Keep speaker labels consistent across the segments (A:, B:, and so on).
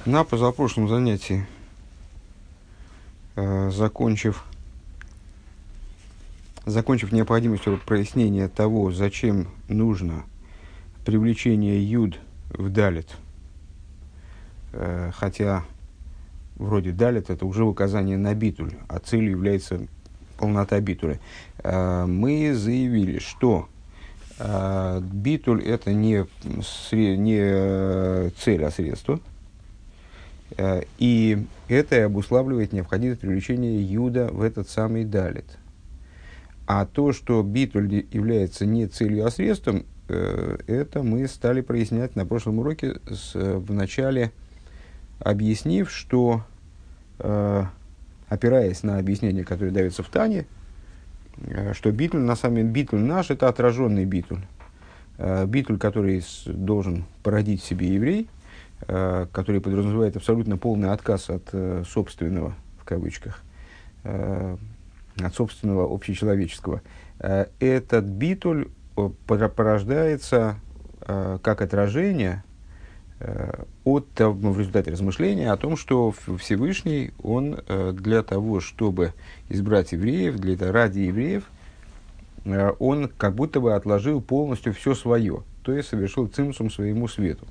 A: На позапрошлом занятии, закончив необходимостью прояснения того, зачем нужно привлечение юд в далит, хотя вроде далит это уже указание на битуль, а целью является полнота битуля, мы заявили, что битуль это не цель, а средство. И это и обуславливает необходимость привлечения юда в этот самый далит. А то, что битуль является не целью, а средством, это мы стали прояснять на прошлом уроке, вначале объяснив, что, опираясь на объяснение, которое дается в Тане, что битуль, на самом деле, битуль наш – это отраженный битуль. Битуль, который должен породить в себе еврей, который подразумевает абсолютно полный отказ от собственного, в кавычках, от собственного общечеловеческого. Этот битуль порождается как отражение в результате размышления о том, что Всевышний, он для того, чтобы избрать евреев, ради евреев, он как будто бы отложил полностью все свое, то есть совершил цимсум своему свету.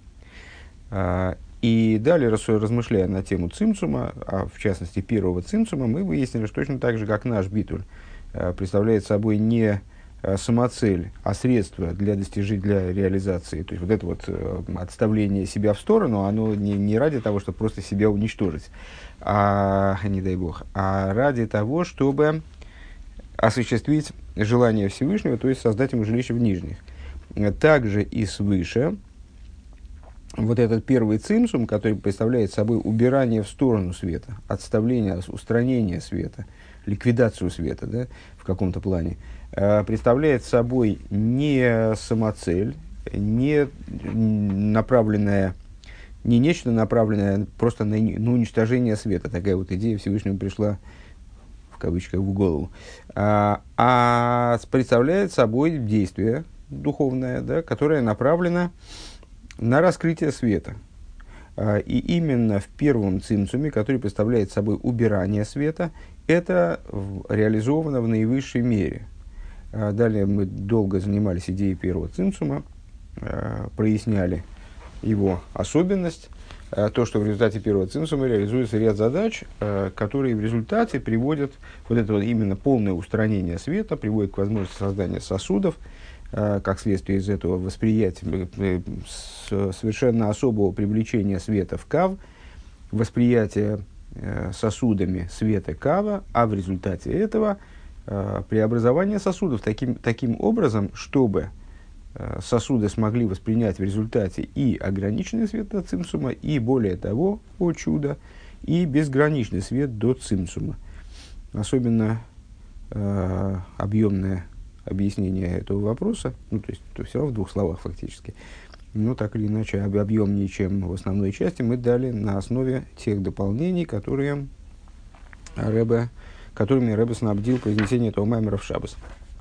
A: И далее, размышляя на тему цимсума, а в частности первого цимсума, мы выяснили, что точно так же, как наш битуль представляет собой не самоцель, а средство для реализации. То есть вот это вот отставление себя в сторону, оно не ради того, чтобы просто себя уничтожить, не дай бог, а ради того, чтобы осуществить желание Всевышнего, то есть создать ему жилище в нижних. Также и свыше вот этот первый цимсум, который представляет собой убирание в сторону света, отставление, устранение света, ликвидацию света, да, в каком-то плане, представляет собой не самоцель, не нечто направленное просто на уничтожение света. Такая вот идея Всевышнему пришла, в кавычках, в голову. А представляет собой действие духовное, да, которое направлено на раскрытие света. И именно в первом цимсуме, который представляет собой убирание света, это реализовано в наивысшей мере. Далее мы долго занимались идеей первого цимсума, проясняли его особенность, то, что в результате первого цимсума реализуется ряд задач, которые в результате приводят, вот это вот именно полное устранение света, приводит к возможности создания сосудов, как следствие из этого восприятия, совершенно особого привлечения света в кав, восприятие сосудами света кава, а в результате этого преобразование сосудов таким образом, чтобы сосуды смогли воспринять в результате и ограниченный свет до цимсума, и более того, о чудо, и безграничный свет до цимсума. Особенно объемное объяснение этого вопроса, то есть все равно в двух словах фактически, но так или иначе объемнее, чем в основной части, мы дали на основе тех дополнений, которыми Ребе снабдил произнесение этого маймера в шаббос.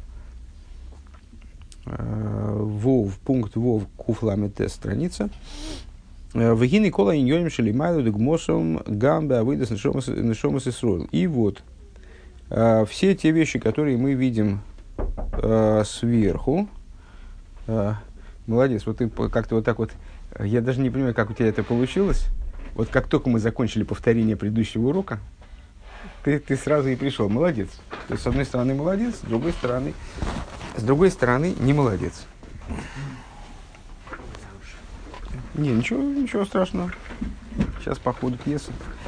A: Пункт Вов Куфламете страница. Вегины кола иньоним шелимайду дегмосом гамбе авидас нешомас Исроил. И вот все те вещи, которые мы видим сверху. Молодец, вот ты как-то вот так вот, я даже не понимаю, как у тебя это получилось. Вот как только мы закончили повторение предыдущего урока, ты сразу и пришел. Молодец. То есть, с одной стороны, молодец, с другой стороны, не молодец. Ничего страшного. Сейчас по ходу пьесы.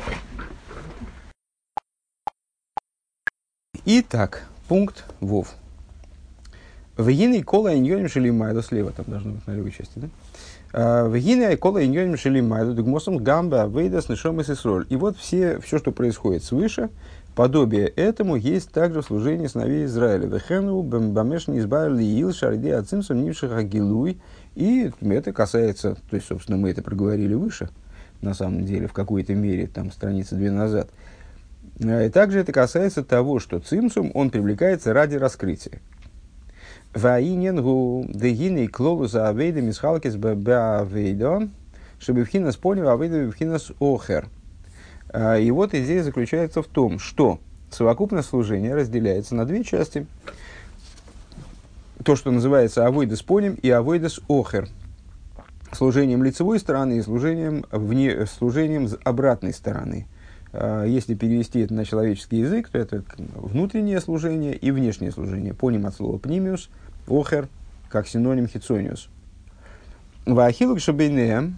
A: Итак, пункт Вов. Вегины кола иньоним шелимайду, слева там должно быть на левой части, да? Вегины кола иньоним шелимайду дегмосом гамба вейдас нешомас Исроил. И вот все, что происходит свыше, подобие этому есть также в служении сыновей Израиля. Вехену бамешни избавили ил шарди ацимсом нимших агилуй. И это касается, то есть, собственно, мы это проговорили выше, на самом деле, в какой-то мере, там, страницы 2 назад. И также это касается того, что цимсум, он привлекается ради раскрытия. Ваиненгу дегины клолу за авейдами схалкис беавейдо шебевхинас поним, а выдавевхинас охер. И вот идея заключается в том, что совокупность служения разделяется на две части. То, что называется авойдес поним и авойдес охер. Служением лицевой стороны и служением с обратной стороны. Если перевести это на человеческий язык, то это внутреннее служение и внешнее служение. Поним от слова пнимиус, охер, как синоним хитсониус. Ваахилук шебейнеем,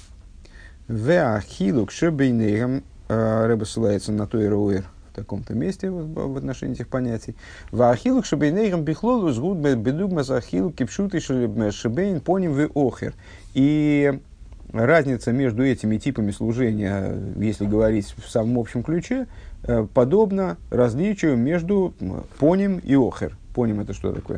A: Рэбе ссылается на Тойра Оэр в таком-то месте в отношении этих понятий. Ваахилук шебейнеем бихлолу згуд бедугма захилук кипшуты шебейн поним ве охер. И разница между этими типами служения, если говорить в самом общем ключе, подобна различию между поним и охер. Поним — это что такое?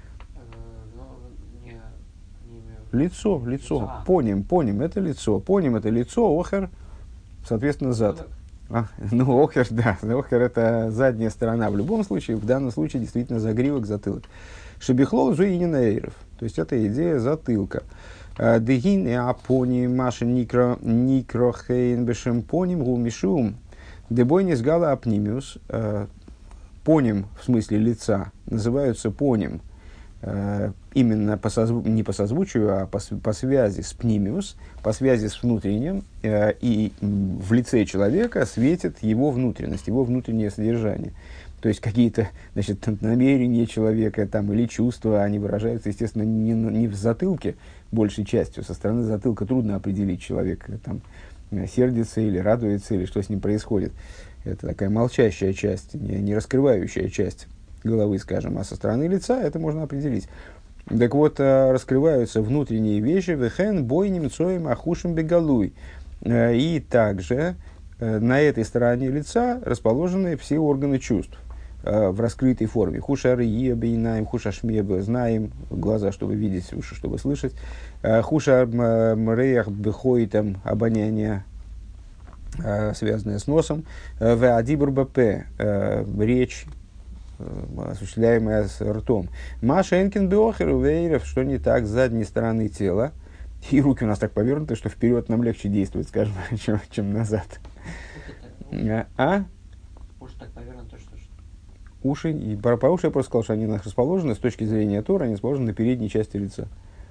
A: Лицо. Поним — это лицо. Поним — это лицо, охер, соответственно, зад. Охер, да. Охер — это задняя сторона. В любом случае, в данном случае, действительно, загривок, затылок. Шебихлол зуинин эйров. То есть, это идея затылка. Дегин и апоним маши никрохейн бешем поним гумишум. Дебойнис гала апнимиус. Поним, в смысле лица, называются поним. Именно не по созвучию, а по связи с пнимиус, по связи с внутренним, и в лице человека светит его внутренность, его внутреннее содержание. То есть какие-то, значит, намерения человека там, или чувства, они выражаются, естественно, не в затылке большей частью. Со стороны затылка трудно определить, человек там сердится или радуется, или что с ним происходит. Это такая молчащая часть, не раскрывающая часть головы, скажем, а со стороны лица это можно определить. Так вот, раскрываются внутренние вещи, вехен, бойним, цоем, ахушем, бегалуй. И также на этой стороне лица расположены все органы чувств в раскрытой форме. Хушар ебейнаем, хуша шмебе, знаем, глаза, чтобы видеть, уши, чтобы слышать. Хушар мреях бехоитам, обоняние, связанное с носом. Веадибур бп, речь, осуществляемая с ртом. Маша энкин беохер увейров, что не так с задней стороны тела. И руки у нас так повернуты, что вперед нам легче действовать, скажем, чем назад.
B: Уши так повернуты, что?
A: Уши, и про уши я просто сказал, что они у нас расположены, с точки зрения Тора, они расположены на передней части лица.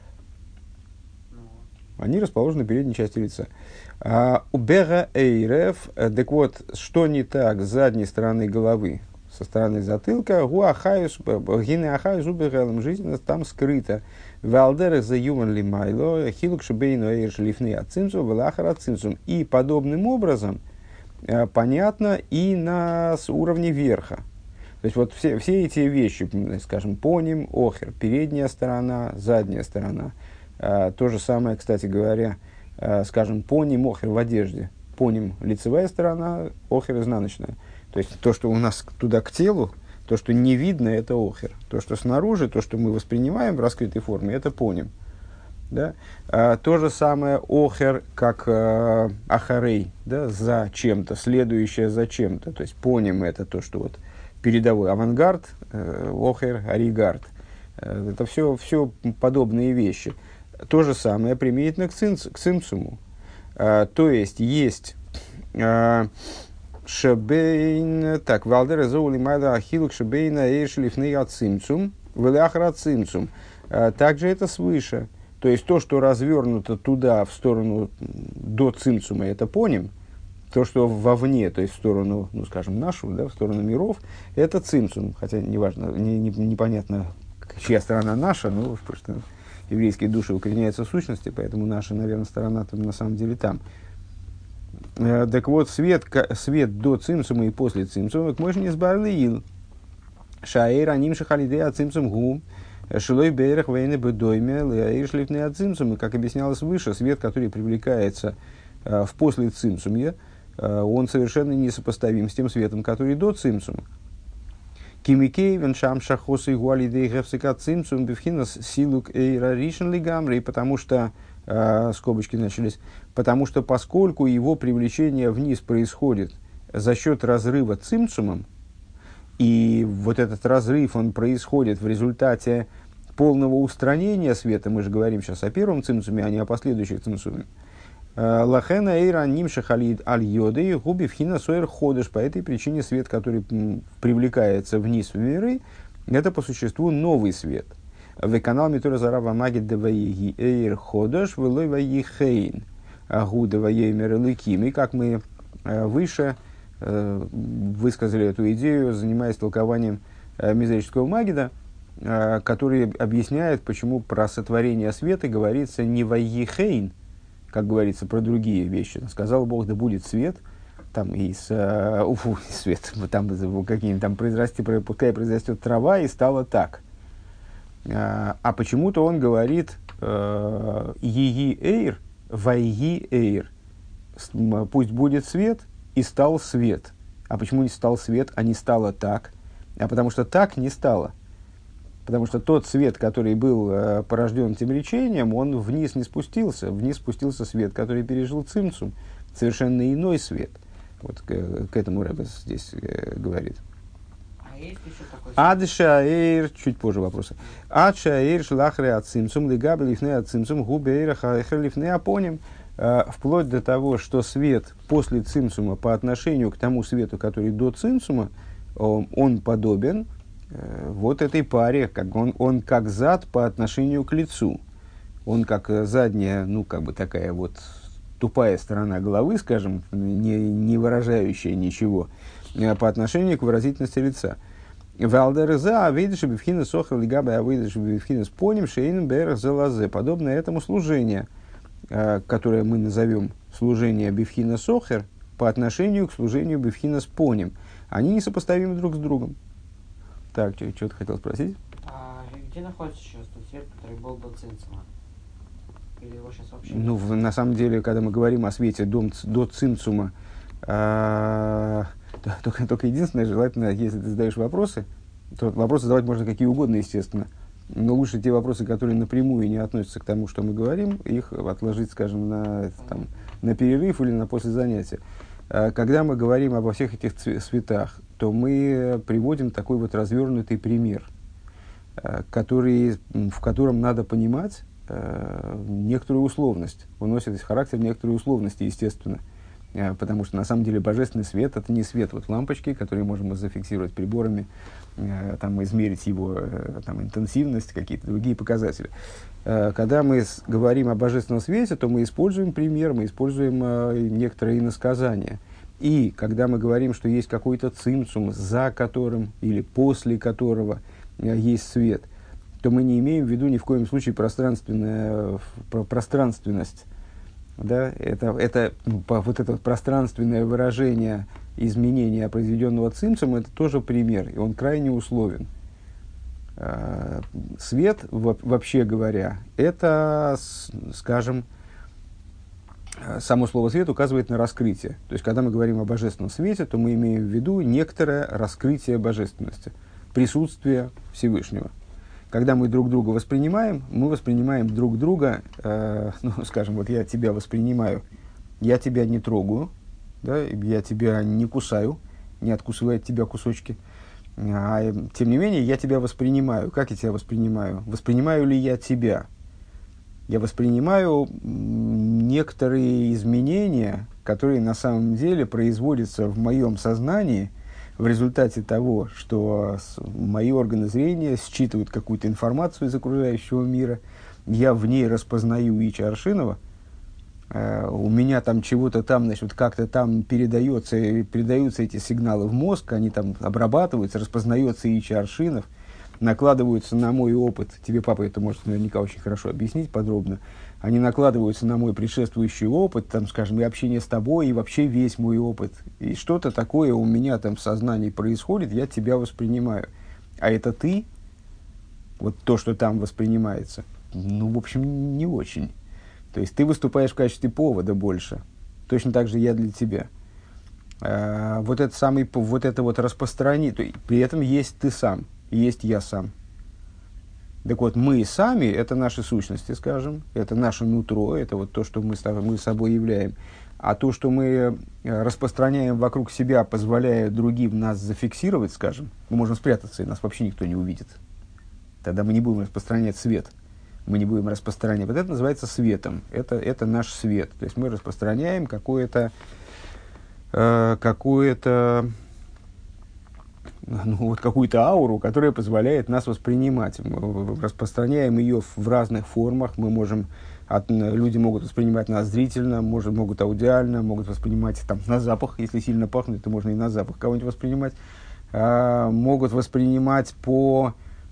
A: Они расположены на передней части лица. Убега эйреф, так вот, что не так с задней стороны головы, со стороны затылка, гуахаюс, гинеахаюс убегалом, жизнь там скрыта. Валдерах за юман лимайло, хилук шебейну эйрш лифны ацинцу, велахар ацинцум. И подобным образом понятно и на уровне верха. То есть, вот все эти вещи, скажем, поним, охер, передняя сторона, задняя сторона. То же самое, кстати говоря, скажем, поним, охер в одежде. Поним лицевая сторона, охер изнаночная. То есть, то, что у нас туда к телу, то, что не видно, это охер. То, что снаружи, то, что мы воспринимаем в раскрытой форме, это поним. Да? То же самое охер, как ахарей, да, за чем-то, следующее за чем-то. То есть, поним это то, что вот передовой авангард, охер, оригард. Это все подобные вещи. То же самое применительно к цимцуму. То есть, шебейн, так, валдера зоули майда ахилук шебейна эйшлифней ацимцум, веляхра цимцум. Также это свыше. То есть, то, что развернуто туда, в сторону до цимцума, это поним. То, что вовне, то есть в сторону, ну, скажем, нашу, да, в сторону миров, это цимцум. Хотя неважно, непонятно, чья сторона наша, но потому что еврейские души укореняются в сущности, поэтому наша, наверное, сторона там на самом деле там. Так вот, свет до цимцума и после цимцума, к мощи не сбарлиил. Шаэр аним шахалидея цимцум гум. Шилой бейрах вейны бедойме леаир шлифны от цимцума. Как объяснялось выше, свет, который привлекается в после цимцумья, он совершенно несопоставим с тем светом, который до цимцума. Кимикей веншам шахосы гуалидей гефсика цимцум бифхинас силук эйра ришен лигамри, потому что скобочки начались, потому что поскольку его привлечение вниз происходит за счет разрыва цимцумом, и вот этот разрыв, он происходит в результате полного устранения света, мы же говорим сейчас о первом цимцуме, а не о последующих цимцуме, Лахена эйра нимша халид аль йоды губи вхина сойер ходыш. По этой причине свет, который привлекается вниз в миры, это по существу новый свет. В канал Митура Зарава Магид Деваиги Эйр Ходош Велой Ваихейн Агу Деваеймер Лыкими. Как мы выше высказали эту идею, занимаясь толкованием мизерического Магида, который объясняет, почему про сотворение света говорится не Ваихейн, как говорится про другие вещи. Сказал Бог, да будет свет, там свет, там какие-нибудь там пускай произрастет трава, и стало так. А почему-то он говорит «Еги эйр, вайги эйр», пусть будет свет, и стал свет. А почему не стал свет, а не стало так? А потому что так не стало. Потому что тот свет, который был порожден тем речением, он вниз не спустился. Вниз спустился свет, который пережил цимцум, совершенно иной свет. Вот к этому Ребе здесь говорит.
B: Есть еще такой
A: Адшаэйр, чуть позже вопросы. Адшаэйр шлахре от цимцум, лигабе лифне от цимцум, губейра хаэхр лифне апоним. Вплоть до того, что свет после цимцума по отношению к тому свету, который до цимцума, он подобен вот этой паре, как он как зад по отношению к лицу. Он как задняя, ну, как бы такая вот тупая сторона головы, скажем, не выражающая ничего, по отношению к выразительности лица. Валдерза, видишь, бифхина сохр лигабе, видишь, бифхина споним, шейн бер залазе. Подобное этому служение, которое мы назовем служение бифхина сохер, по отношению к служению бифхина споним. Они несопоставимы друг с другом. Так, что ты хотел спросить?
B: Где находится сейчас тот свет, который был до цинцума? Или его сейчас вообще?
A: Ну, на самом деле, когда мы говорим о свете до цинцума, только единственное, желательно, если ты задаешь вопросы, то вопросы задавать можно какие угодно, естественно. Но лучше те вопросы, которые напрямую не относятся к тому, что мы говорим, их отложить, скажем, на перерыв или на после занятия. Когда мы говорим обо всех этих цветах, то мы приводим такой вот развернутый пример, в котором надо понимать некоторую условность. Он носит характер некоторой условности, естественно. Потому что на самом деле божественный свет — это не свет вот лампочки, который можем зафиксировать приборами, там, измерить его там, интенсивность, какие-то другие показатели. Когда мы говорим о божественном свете, то мы используем пример, мы используем некоторые иносказания. И когда мы говорим, что есть какой-то цимцум, за которым или после которого есть свет, то мы не имеем в виду ни в коем случае пространственность. Да? Это вот это пространственное выражение изменения произведенного цимцума, это тоже пример, и он крайне условен. Свет, вообще говоря, это, скажем, само слово «свет» указывает на раскрытие. То есть, когда мы говорим о божественном свете, то мы имеем в виду некоторое раскрытие божественности, присутствие Всевышнего. Когда мы друг друга воспринимаем, мы воспринимаем друг друга, скажем, вот я тебя воспринимаю, я тебя не трогаю, да, я тебя не кусаю, не откусываю от тебя кусочки, тем не менее, я тебя воспринимаю. Как я тебя воспринимаю? Воспринимаю ли я тебя? Я воспринимаю некоторые изменения, которые на самом деле производятся в моем сознании в результате того, что мои органы зрения считывают какую-то информацию из окружающего мира, я в ней распознаю Ича Аршинова, у меня там чего-то там, значит, как-то там передаются эти сигналы в мозг, они там обрабатываются, распознается Ича Аршинов, накладываются на мой опыт, тебе папа это может наверняка очень хорошо объяснить подробно, они накладываются на мой предшествующий опыт, там, скажем, и общение с тобой, и вообще весь мой опыт. И что-то такое у меня там в сознании происходит, я тебя воспринимаю. А это ты, вот то, что там воспринимается, ну, в общем, не очень. То есть ты выступаешь в качестве повода больше. Точно так же я для тебя. Вот это вот распространение. При этом есть ты сам, есть я сам. Так вот, мы сами — это наши сущности, скажем, это наше нутро, это вот то, что мы собой являем. А то, что мы распространяем вокруг себя, позволяя другим нас зафиксировать, скажем, мы можем спрятаться, и нас вообще никто не увидит. Тогда мы не будем распространять свет. мы не будем распространять. Вот это называется светом. Это наш свет. То есть мы распространяем какую-то ауру, которая позволяет нас воспринимать. Мы распространяем ее в разных формах. Мы можем, люди могут воспринимать нас зрительно, могут аудиально, могут воспринимать там, на запах. Если сильно пахнет, то можно и на запах кого-нибудь воспринимать. Могут воспринимать по...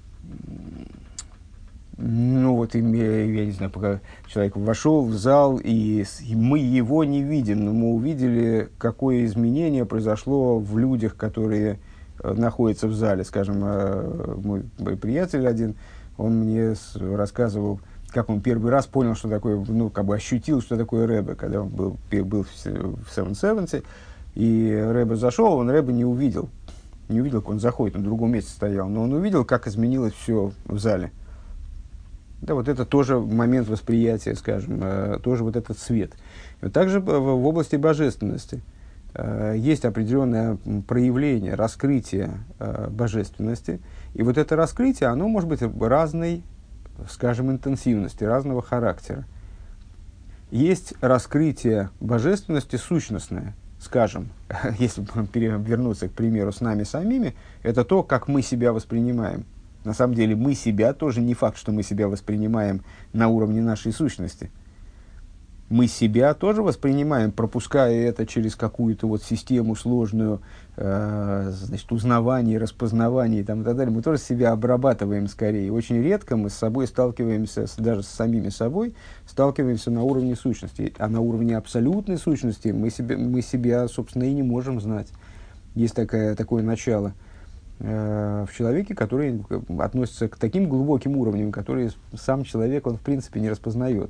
A: я не знаю, пока человек вошел в зал, и мы его не видим, но мы увидели, какое изменение произошло в людях, которые находятся в зале. Скажем, мой приятель один, он мне рассказывал, как он первый раз понял, что такое, ощутил, что такое Ребе, когда он был в Seven Seventy, и Ребе зашел, он Ребе не увидел, как он заходит, он в другом месте стоял, но он увидел, как изменилось все в зале. Да, вот это тоже момент восприятия, скажем, тоже вот этот свет. И также в области божественности есть определенное проявление, раскрытие божественности. И вот это раскрытие, оно может быть разной, скажем, интенсивности, разного характера. Есть раскрытие божественности сущностное. Скажем, если вернуться к примеру с нами самими, это то, как мы себя воспринимаем. На самом деле мы себя тоже не факт, что мы себя воспринимаем на уровне нашей сущности. Мы себя тоже воспринимаем, пропуская это через какую-то вот систему сложную, узнавания, распознавания и так далее. Мы тоже себя обрабатываем скорее. Очень редко мы с собой сталкиваемся, даже с самими собой, сталкиваемся на уровне сущности. А на уровне абсолютной сущности мы себя, собственно, и не можем знать. Есть такое начало в человеке, который относится к таким глубоким уровням, которые сам человек, он в принципе не распознает.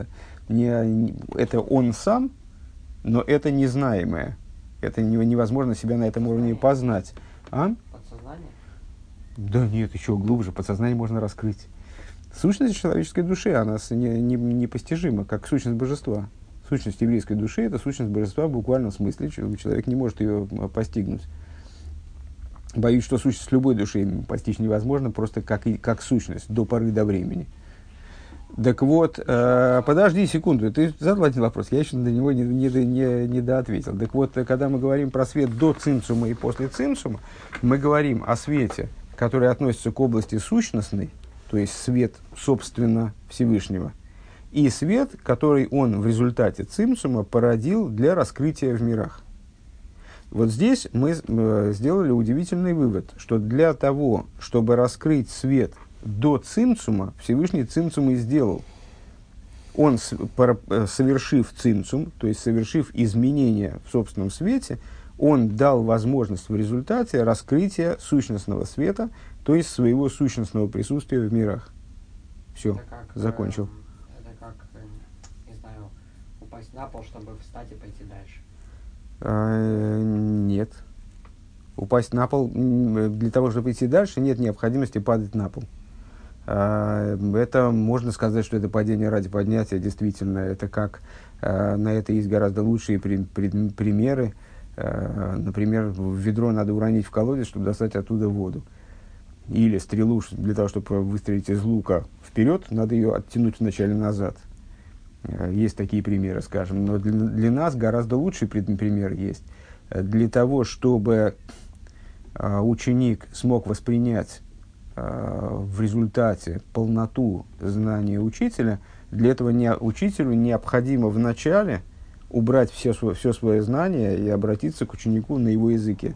A: Это он сам, но это незнаемое. Это невозможно себя на этом уровне познать.
B: Подсознание?
A: Да нет, еще глубже. Подсознание можно раскрыть. Сущность человеческой души, она непостижима, как сущность божества. Сущность еврейской души – это сущность божества в буквальном смысле. Человек не может ее постигнуть. Боюсь, что сущность любой души постичь невозможно, просто как сущность, до поры до времени. Так вот, подожди секунду, ты задал один вопрос, я еще на него не доответил. Так вот, когда мы говорим про свет до цимсума и после цимсума, мы говорим о свете, который относится к области сущностной, то есть свет, собственно, Всевышнего, и свет, который он в результате цимсума породил для раскрытия в мирах. Вот здесь мы сделали удивительный вывод, что для того, чтобы раскрыть свет до цимцума, Всевышний цимцум и сделал. Он, совершив цимцум, то есть совершив изменения в собственном свете, он дал возможность в результате раскрытия сущностного света, то есть своего сущностного присутствия в мирах. Все, закончил.
B: Это как, не знаю, упасть на пол, чтобы встать и пойти дальше.
A: Нет. Упасть на пол, для того, чтобы идти дальше, нет необходимости падать на пол. Это можно сказать, что это падение ради поднятия, действительно. Это как, на это есть гораздо лучшие примеры. Например, в ведро надо уронить в колодец, чтобы достать оттуда воду. Или стрелу, для того, чтобы выстрелить из лука вперед, надо ее оттянуть вначале назад. Есть такие примеры, скажем. Но для нас гораздо лучший пример есть. Для того, чтобы ученик смог воспринять в результате полноту знания учителя, для этого учителю необходимо вначале убрать все свое знание и обратиться к ученику на его языке.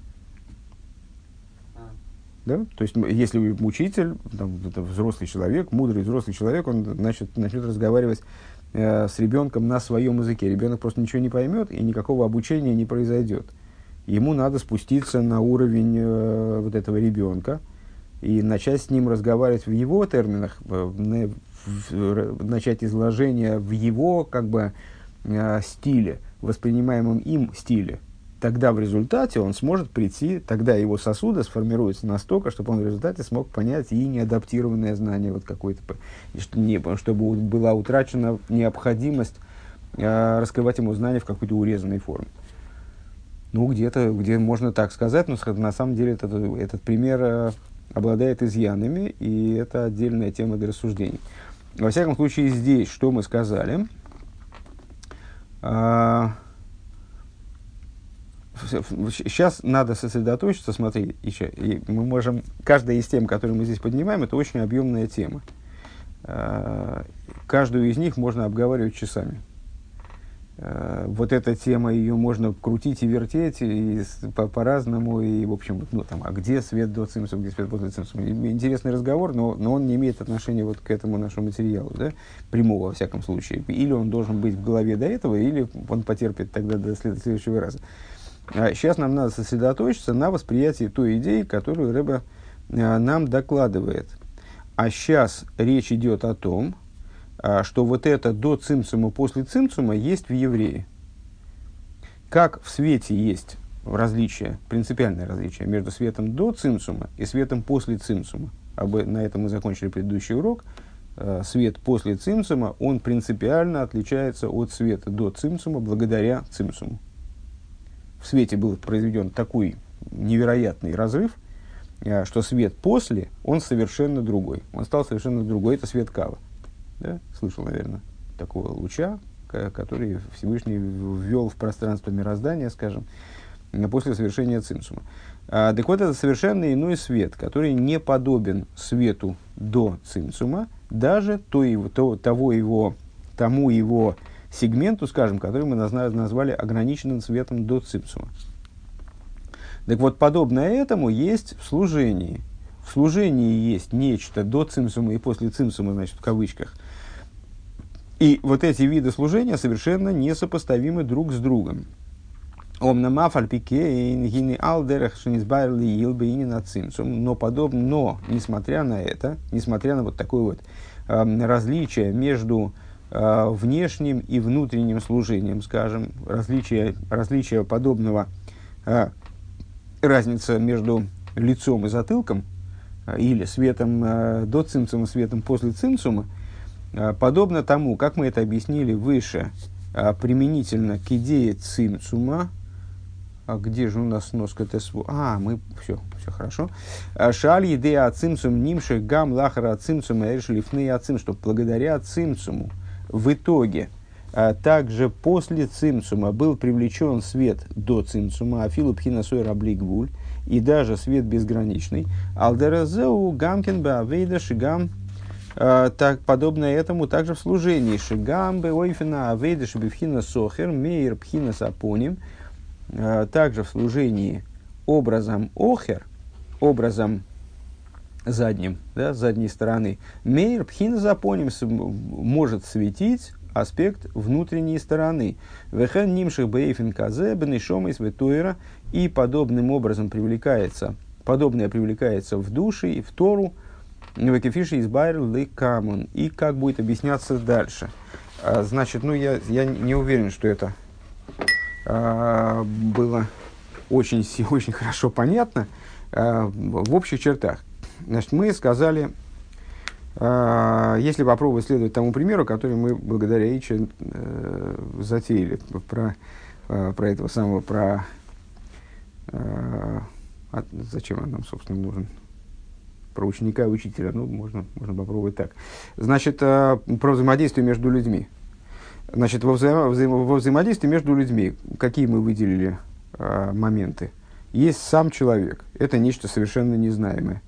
A: Да? То есть, если учитель, взрослый человек, мудрый взрослый человек, он начнет разговаривать с ребенком на своем языке. Ребенок просто ничего не поймет, и никакого обучения не произойдет. Ему надо спуститься на уровень вот этого ребенка и начать с ним разговаривать в его терминах, начать изложение в его стиле, воспринимаемом им стиле. Тогда в результате он сможет прийти, тогда его сосуды сформируются настолько, чтобы он в результате смог понять и неадаптированное знание вот какое-то, чтобы была утрачена необходимость раскрывать ему знания в какой-то урезанной форме. Где можно так сказать, но на самом деле этот пример обладает изъянами, и это отдельная тема для рассуждений. Во всяком случае, здесь, что мы сказали, сейчас надо сосредоточиться, смотри, и мы можем, каждая из тем, которые мы здесь поднимаем, это очень объемная тема. Каждую из них можно обговаривать часами. Вот эта тема, ее можно крутить и вертеть и по-разному, и, в общем, ну, там, а где свет до цимсума, где свет после цимсума. Интересный разговор, но он не имеет отношения вот к этому нашему материалу, да? Прямого, во всяком случае. Или он должен быть в голове до этого, или он потерпит тогда до следующего раза. Сейчас нам надо сосредоточиться на восприятии той идеи, которую Ребе нам докладывает. А сейчас речь идет о том, что вот это до цимцума, после цимцума есть в еврее. Как в свете есть различие, принципиальное различие между светом до цимцума и светом после цимцума. На этом мы закончили предыдущий урок. Свет после цимцума, он принципиально отличается от света до цимцума благодаря цимцуму. В свете был произведен такой невероятный разрыв, что свет после, он совершенно другой. Он стал совершенно другой. Это свет Кава. Да? Слышал, наверное, такого луча, который Всевышний ввел в пространство мироздания, скажем, после совершения цимсума. Так вот, это совершенно иной свет, который не подобен свету до цимсума, даже тому его сегменту, скажем, который мы назвали ограниченным светом до цимсума. Так вот, подобное этому есть в служении. В служении есть нечто до цимсума и после цимсума, значит, в кавычках. И вот эти виды служения совершенно несопоставимы друг с другом. Но несмотря на это, несмотря на вот такое вот различие между внешним и внутренним служением, скажем, различие подобного, разница между лицом и затылком, или светом до цимцума, светом после цимцума, подобно тому, как мы это объяснили выше, применительно к идее цимцума. А где же у нас сноска ТСВ? Все хорошо. Шаль идея цимцум нимших гам лахара цимцума эшлифны ацим, что благодаря цимцуму в итоге также после цимцума был привлечен свет до цимцума, афилу пхинасой раблигвуль, и даже свет безграничный. Алдеразеу гамкин баавейда шигам, так подобное этому также в служении. Шигам беойфина авейда шибивхина сохер мейр пхина сапоним, также в служении образом охер, образом задним, да, с задней стороны, мейр пхина сапоним может светить аспект внутренней стороны. Вехен нимших бейфин казе бенешом из ветуэра, и подобным образом подобное привлекается в душе и в Тору, векефиши из байр лейкамон. И как будет объясняться дальше. Значит, я не уверен, что это было очень хорошо понятно в общих чертах. Значит, мы сказали, если попробовать следовать тому примеру, который мы благодаря Иче затеяли, про этого самого, зачем он нам, собственно, нужен? Про ученика и учителя, можно попробовать так. Значит, про взаимодействие между людьми. Значит, во взаимодействии между людьми, какие мы выделили моменты? Есть сам человек, это нечто совершенно незнаемое.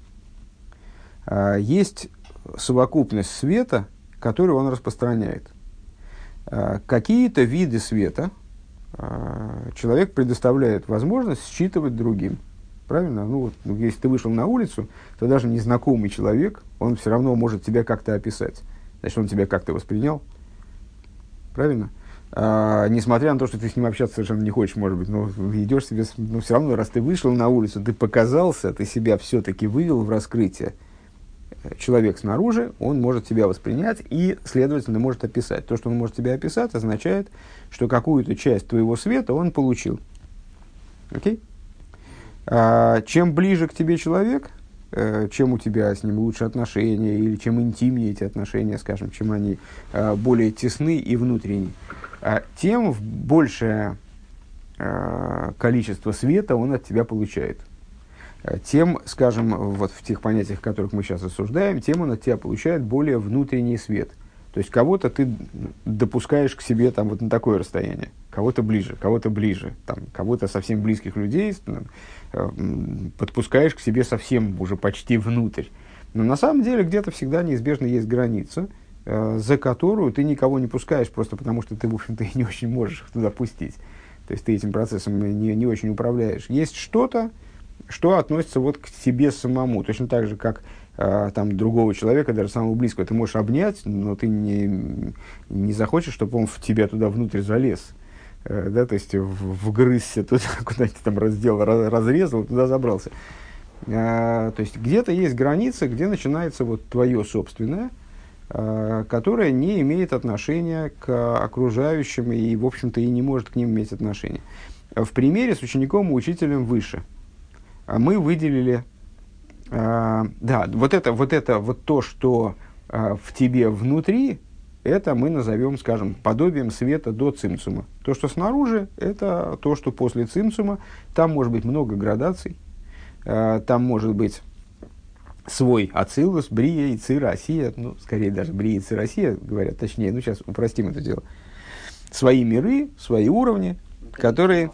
A: Есть совокупность света, которую он распространяет. Какие-то виды света человек предоставляет возможность считывать другим. Правильно? Если ты вышел на улицу, то даже незнакомый человек, он все равно может тебя как-то описать. Значит, он тебя как-то воспринял. Правильно? Несмотря на то, что ты с ним общаться совершенно не хочешь, может быть, но идешь себе, все равно, раз ты вышел на улицу, ты показался, ты себя все-таки вывел в раскрытие. Человек снаружи, он может тебя воспринять и, следовательно, может описать. То, что он может тебя описать, означает, что какую-то часть твоего света он получил. Окей? Чем ближе к тебе человек, чем у тебя с ним лучше отношения, или чем интимнее эти отношения, скажем, чем они более тесны и внутренние, тем большее количество света он от тебя получает. тем, скажем, вот в тех понятиях, которых мы сейчас рассуждаем, тем он от тебя получает более внутренний свет. То есть кого-то ты допускаешь к себе там, вот на такое расстояние, кого-то ближе, там, кого-то совсем близких людей подпускаешь к себе совсем уже почти внутрь. Но на самом деле где-то всегда неизбежно есть граница, за которую ты никого не пускаешь, просто потому что ты, в общем-то, и не очень можешь их туда пустить. То есть ты этим процессом не очень управляешь. Есть что-то, что относится вот к тебе самому. Точно так же, как там, другого человека, даже самого близкого, ты можешь обнять, но ты не захочешь, чтобы он в тебя туда внутрь залез. Да, то есть вгрызся туда, куда-нибудь там разрезал, туда забрался. То есть где-то есть граница, где начинается вот твое собственное, которое не имеет отношения к окружающим и, в общем-то, и не может к ним иметь отношения. В примере с учеником и учителем выше мы выделили, вот то, что в тебе внутри, это мы назовем, скажем, подобием света до цимцума. То, что снаружи, это то, что после цимцума. Там может быть много градаций, там может быть свой ацилус, брия, ицир, асия, ну, скорее даже брия, ицир, асия, говорят, точнее, ну, сейчас упростим это дело. Свои миры, свои уровни, которые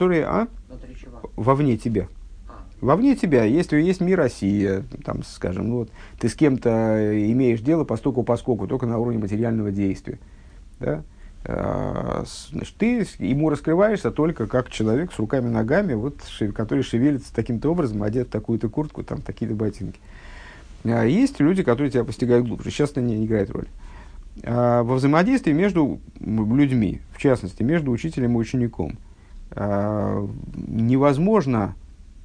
A: вовне тебя. Вовне тебя, если есть мир Россия, там, скажем, ну, вот, ты с кем-то имеешь дело поскольку только на уровне материального действия. Да? Значит, ты ему раскрываешься только как человек с руками и ногами, вот, который шевелится таким-то образом, одет в такую-то куртку, там, такие-то ботинки. Есть люди, которые тебя постигают глубже. Сейчас это не играет роли. Во взаимодействии между людьми, в частности, между учителем и учеником, невозможно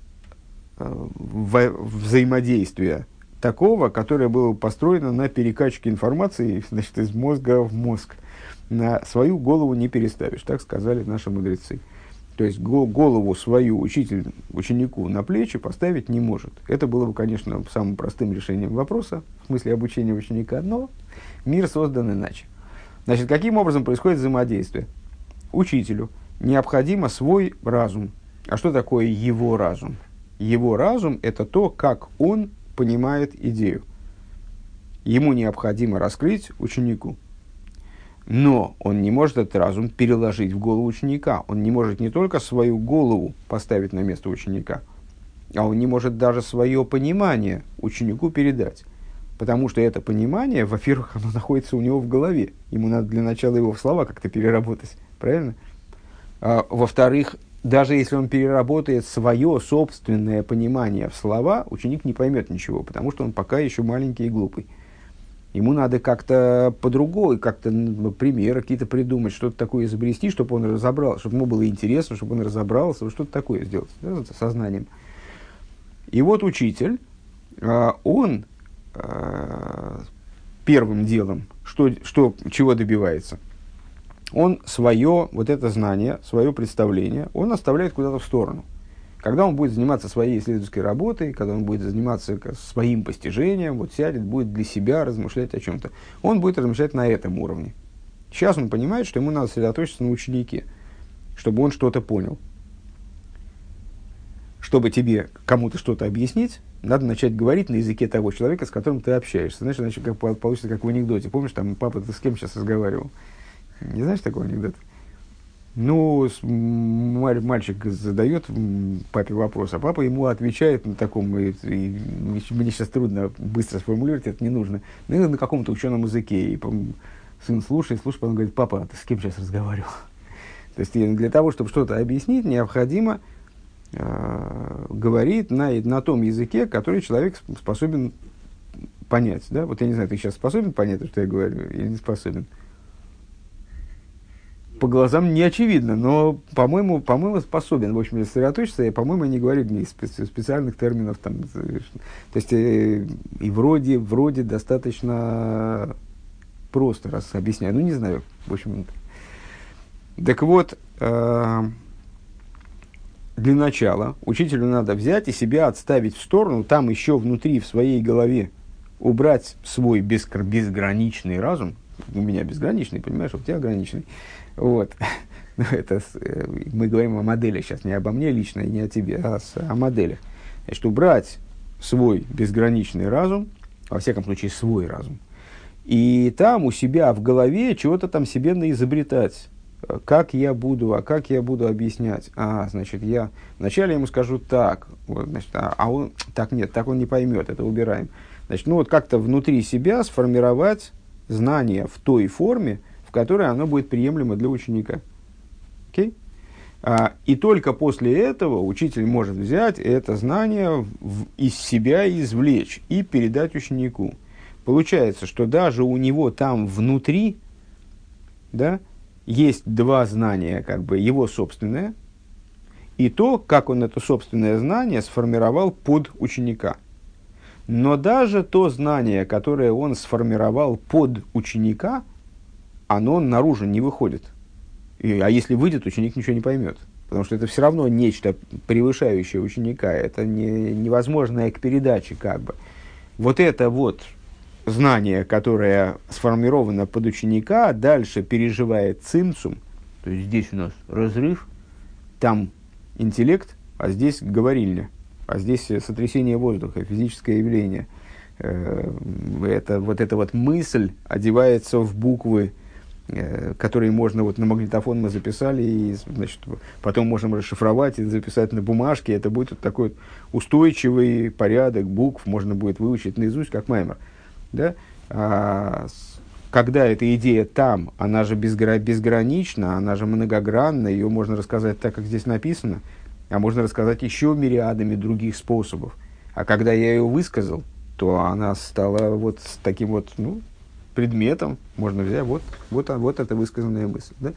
A: взаимодействия такого, которое было построено на перекачке информации, значит, из мозга в мозг. На свою голову не переставишь, так сказали наши мудрецы. То есть голову свою учитель ученику на плечи поставить не может. Это было бы, конечно, самым простым решением вопроса, в смысле обучения ученика, но мир создан иначе. Значит, каким образом происходит взаимодействие? Учителю необходимо свой разум. А что такое его разум? Его разум – это то, как он понимает идею. Ему необходимо раскрыть ученику. Но он не может этот разум переложить в голову ученика. Он не может не только свою голову поставить на место ученика, а он не может даже свое понимание ученику передать. Потому что это понимание, во-первых, оно находится у него в голове. Ему надо для начала его в слова как-то переработать. Правильно? Во-вторых, даже если он переработает свое собственное понимание в слова, ученик не поймет ничего, потому что он пока еще маленький и глупый. Ему надо как-то по-другому, как-то примеры какие-то придумать, что-то такое изобрести, чтобы он разобрался, чтобы ему было интересно, чтобы он разобрался, что-то такое сделать, да, с сознанием. И вот учитель, он первым делом, чего добивается? Он свое вот это знание, свое представление, он оставляет куда-то в сторону. Когда он будет заниматься своей исследовательской работой, когда он будет заниматься своим постижением, вот сядет, будет для себя размышлять о чем-то, он будет размышлять на этом уровне. Сейчас он понимает, что ему надо сосредоточиться на ученике, чтобы он что-то понял. Чтобы тебе кому-то что-то объяснить, надо начать говорить на языке того человека, с которым ты общаешься. Знаешь, иначе получится как в анекдоте. Помнишь, там, папа, ты с кем сейчас разговаривал? Не знаешь такого анекдота? Ну, мальчик задает папе вопрос, а папа ему отвечает на таком, и мне сейчас трудно быстро сформулировать, это не нужно, на каком-то ученом языке. И сын слушает, потом говорит: папа, а ты с кем сейчас разговаривал? То есть для того, чтобы что-то объяснить, необходимо говорить на том языке, который человек способен понять. Да? Вот я не знаю, ты сейчас способен понять, что я говорю, или не способен? По глазам не очевидно, но, по-моему, способен. В общем, сосредоточиться, я, по-моему, не говорю ни специальных терминов. Там, то есть, и вроде достаточно просто, раз объясняю. Ну, не знаю. В общем, так вот, для начала учителю надо взять и себя отставить в сторону, там еще внутри, в своей голове, убрать свой безграничный разум. У меня безграничный, понимаешь, у тебя ограниченный. Вот. Это мы говорим о моделях сейчас, не обо мне лично и не о тебе, а о моделях. Значит, убрать свой безграничный разум, во всяком случае, свой разум, и там у себя в голове чего-то там себе наизобретать. Как я буду объяснять? Значит, я вначале ему скажу так, вот, значит, он, так нет, так он не поймет, это убираем. Значит, ну вот как-то внутри себя сформировать знание в той форме, в которой оно будет приемлемо для ученика. Окей? И только после этого учитель может взять это знание из себя извлечь и передать ученику. Получается, что даже у него там внутри, да, есть два знания, как бы его собственное, и то, как он это собственное знание сформировал под ученика. Но даже то знание, которое он сформировал под ученика, оно наружу не выходит. А если выйдет, ученик ничего не поймет. Потому что это все равно нечто превышающее ученика. Это невозможное к передаче как бы. Вот это вот знание, которое сформировано под ученика, дальше переживает цимцум. То есть здесь у нас разрыв, там интеллект, а здесь говорильня. А здесь сотрясение воздуха, физическое явление. Вот эта вот мысль одевается в буквы, которые можно вот на магнитофон мы записали, и, значит, потом можем расшифровать и записать на бумажке. Это будет вот такой устойчивый порядок букв, можно будет выучить наизусть, как маймер. Да? Когда эта идея там, она же безгранична, она же многогранна, ее можно рассказать так, как здесь написано, а можно рассказать еще мириадами других способов. А когда я ее высказал, то она стала вот с таким вот, предметом, можно взять, вот эта высказанная мысль. Да?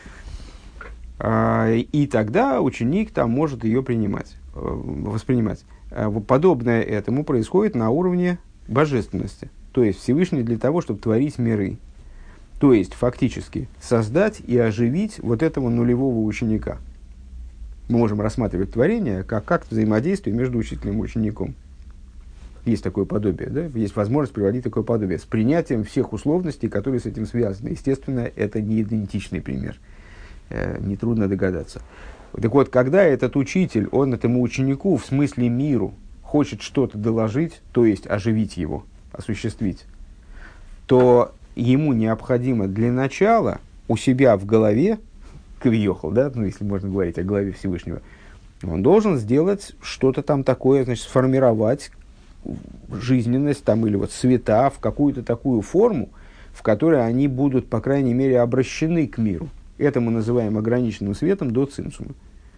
A: И тогда ученик там может ее воспринимать. Подобное этому происходит на уровне божественности. То есть Всевышний для того, чтобы творить миры. То есть фактически создать и оживить вот этого нулевого ученика. Мы можем рассматривать творение как акт взаимодействия между учителем и учеником. Есть такое подобие, да? Есть возможность приводить такое подобие с принятием всех условностей, которые с этим связаны. Естественно, это не идентичный пример. Нетрудно догадаться. Так вот, когда этот учитель, он этому ученику, в смысле миру, хочет что-то доложить, то есть оживить его, осуществить, то ему необходимо для начала у себя в голове, кавиохал, да, если можно говорить о голове Всевышнего, он должен сделать что-то там такое, значит, сформировать жизненность там, или вот света в какую-то такую форму, в которой они будут, по крайней мере, обращены к миру. Это мы называем ограниченным светом до цимсума.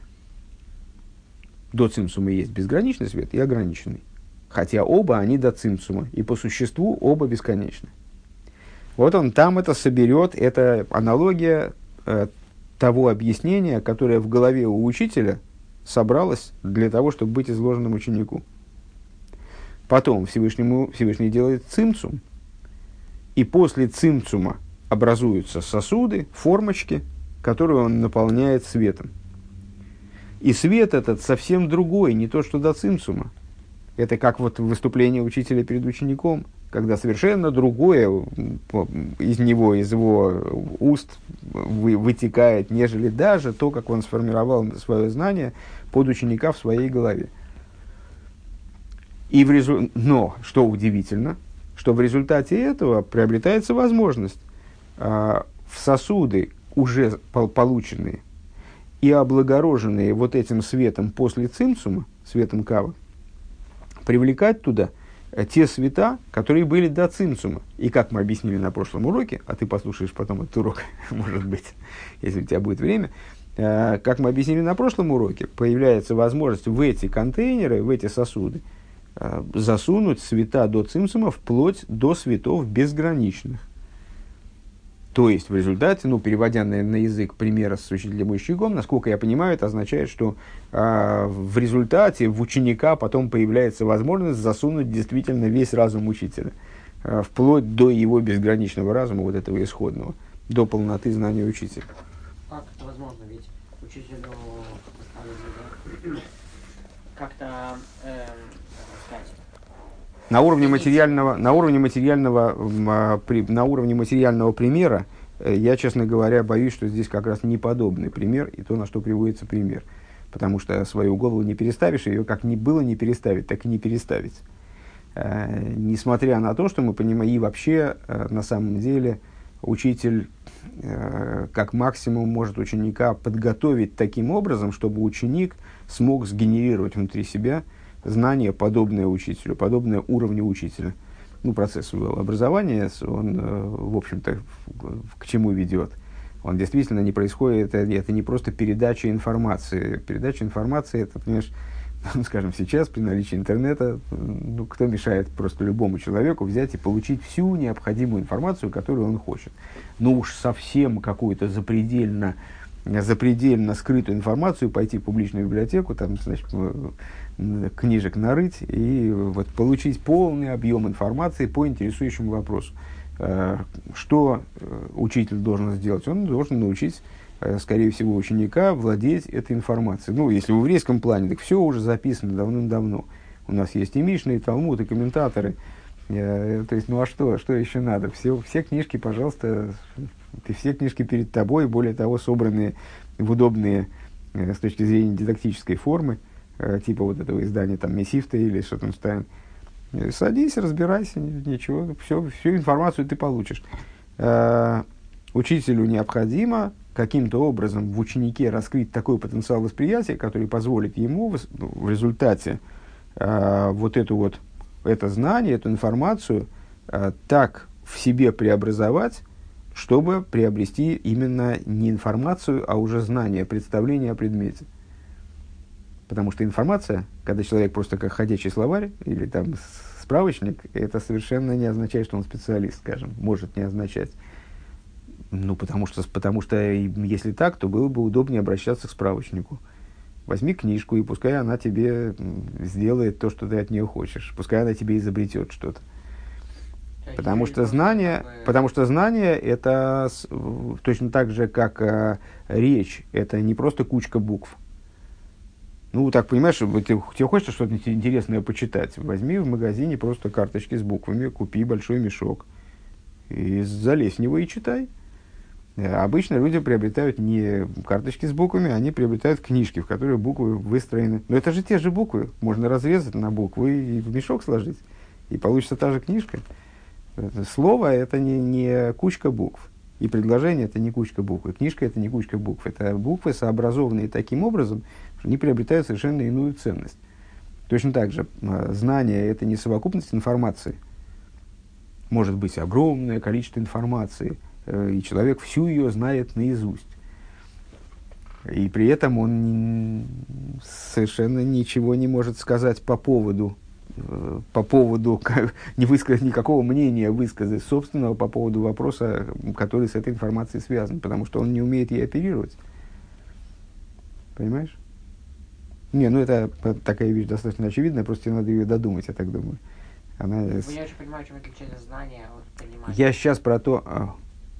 A: До цимсума есть безграничный свет и ограниченный. Хотя оба они до цимсума, и по существу оба бесконечны. Вот он там это соберет, это аналогия того объяснения, которое в голове у учителя собралось для того, чтобы быть изложенным ученику. Потом Всевышний делает цимцум, и после цимцума образуются сосуды, формочки, которые он наполняет светом. И свет этот совсем другой, не то, что до цимцума. Это как вот выступление учителя перед учеником, когда совершенно другое из него, из его уст вытекает, нежели даже то, как он сформировал свое знание под ученика в своей голове. Но, что удивительно, что в результате этого приобретается возможность в сосуды, уже полученные и облагороженные вот этим светом после цимцума, светом кавы, привлекать туда те света, которые были до цимцума. И как мы объяснили на прошлом уроке, а ты послушаешь потом этот урок, может быть, если у тебя будет время, как мы объяснили на прошлом уроке, появляется возможность в эти контейнеры, в эти сосуды, засунуть света до цимсума вплоть до светов безграничных. То есть, в результате, переводя на язык примера с учителем и учеником, насколько я понимаю, это означает, что в результате в ученика потом появляется возможность засунуть действительно весь разум учителя, вплоть до его безграничного разума, вот этого исходного, до полноты знания учителя.
B: Как это возможно? Ведь учителю как-то
A: на уровне материального примера, я, честно говоря, боюсь, что здесь как раз неподобный пример и то, на что приводится пример. потому что свою голову не переставишь, ее как ни было не переставить, так и не переставить. Несмотря на то, что мы понимаем, и вообще, на самом деле, учитель как максимум может ученика подготовить таким образом, чтобы ученик смог сгенерировать внутри себя знания, подобное учителю, подобное уровню учителя. Ну, процесс образования, он, в общем-то, к чему ведет? Он действительно не происходит, это не просто передача информации. Передача информации, это, понимаешь, скажем, сейчас при наличии интернета, ну, кто мешает просто любому человеку взять и получить всю необходимую информацию, которую он хочет. Ну уж совсем какую-то запредельно скрытую информацию, пойти в публичную библиотеку, там, значит, книжек нарыть и вот, получить полный объем информации по интересующему вопросу. Что учитель должен сделать? Он должен научить, скорее всего, ученика владеть этой информацией. Ну, если в еврейском плане, так все уже записано давным-давно. У нас есть и Мишна, и Талмуд, и комментаторы. То есть, ну а что еще надо? Все книжки, пожалуйста, все книжки перед тобой, более того, собранные в удобные с точки зрения дидактической формы, типа вот этого издания там Месифта или Шотенштайн. Садись, разбирайся, ничего, всю информацию ты получишь. Учителю необходимо каким-то образом в ученике раскрыть такой потенциал восприятия, который позволит ему в результате это знание, эту информацию так в себе преобразовать, чтобы приобрести именно не информацию, а уже знание, представление о предмете. Потому что информация, когда человек просто как ходячий словарь или там справочник, это совершенно не означает, что он специалист, скажем, может не означать. Ну, потому что если так, то было бы удобнее обращаться к справочнику. Возьми книжку, и пускай она тебе сделает то, что ты от нее хочешь. Пускай она тебе изобретет что-то. Потому что знание это точно так же, как речь, это не просто кучка букв. Ну, так, понимаешь, тебе хочется что-то интересное почитать. Возьми в магазине просто карточки с буквами, купи большой мешок и залезь в него и читай. Обычно люди приобретают не карточки с буквами, они приобретают книжки, в которые буквы выстроены. Но это же те же буквы. Можно разрезать на буквы и в мешок сложить. И получится та же книжка. Слово – это не кучка букв. И предложение – это не кучка букв. И книжка – это не кучка букв. Это буквы, сообразованные таким образом, что они приобретают совершенно иную ценность. Точно так же, знание – это не совокупность информации. Может быть огромное количество информации, и человек всю ее знает наизусть. И при этом он совершенно ничего не может сказать по поводу не высказать никакого мнения высказать собственного по поводу вопроса, который с этой информацией связан, потому что он не умеет ей оперировать. Понимаешь? Не, ну это такая вещь достаточно очевидная, просто тебе надо ее додумать, я так думаю.
B: Я очень понимаю, чем отличается знание от понимания.
A: Я сейчас про то...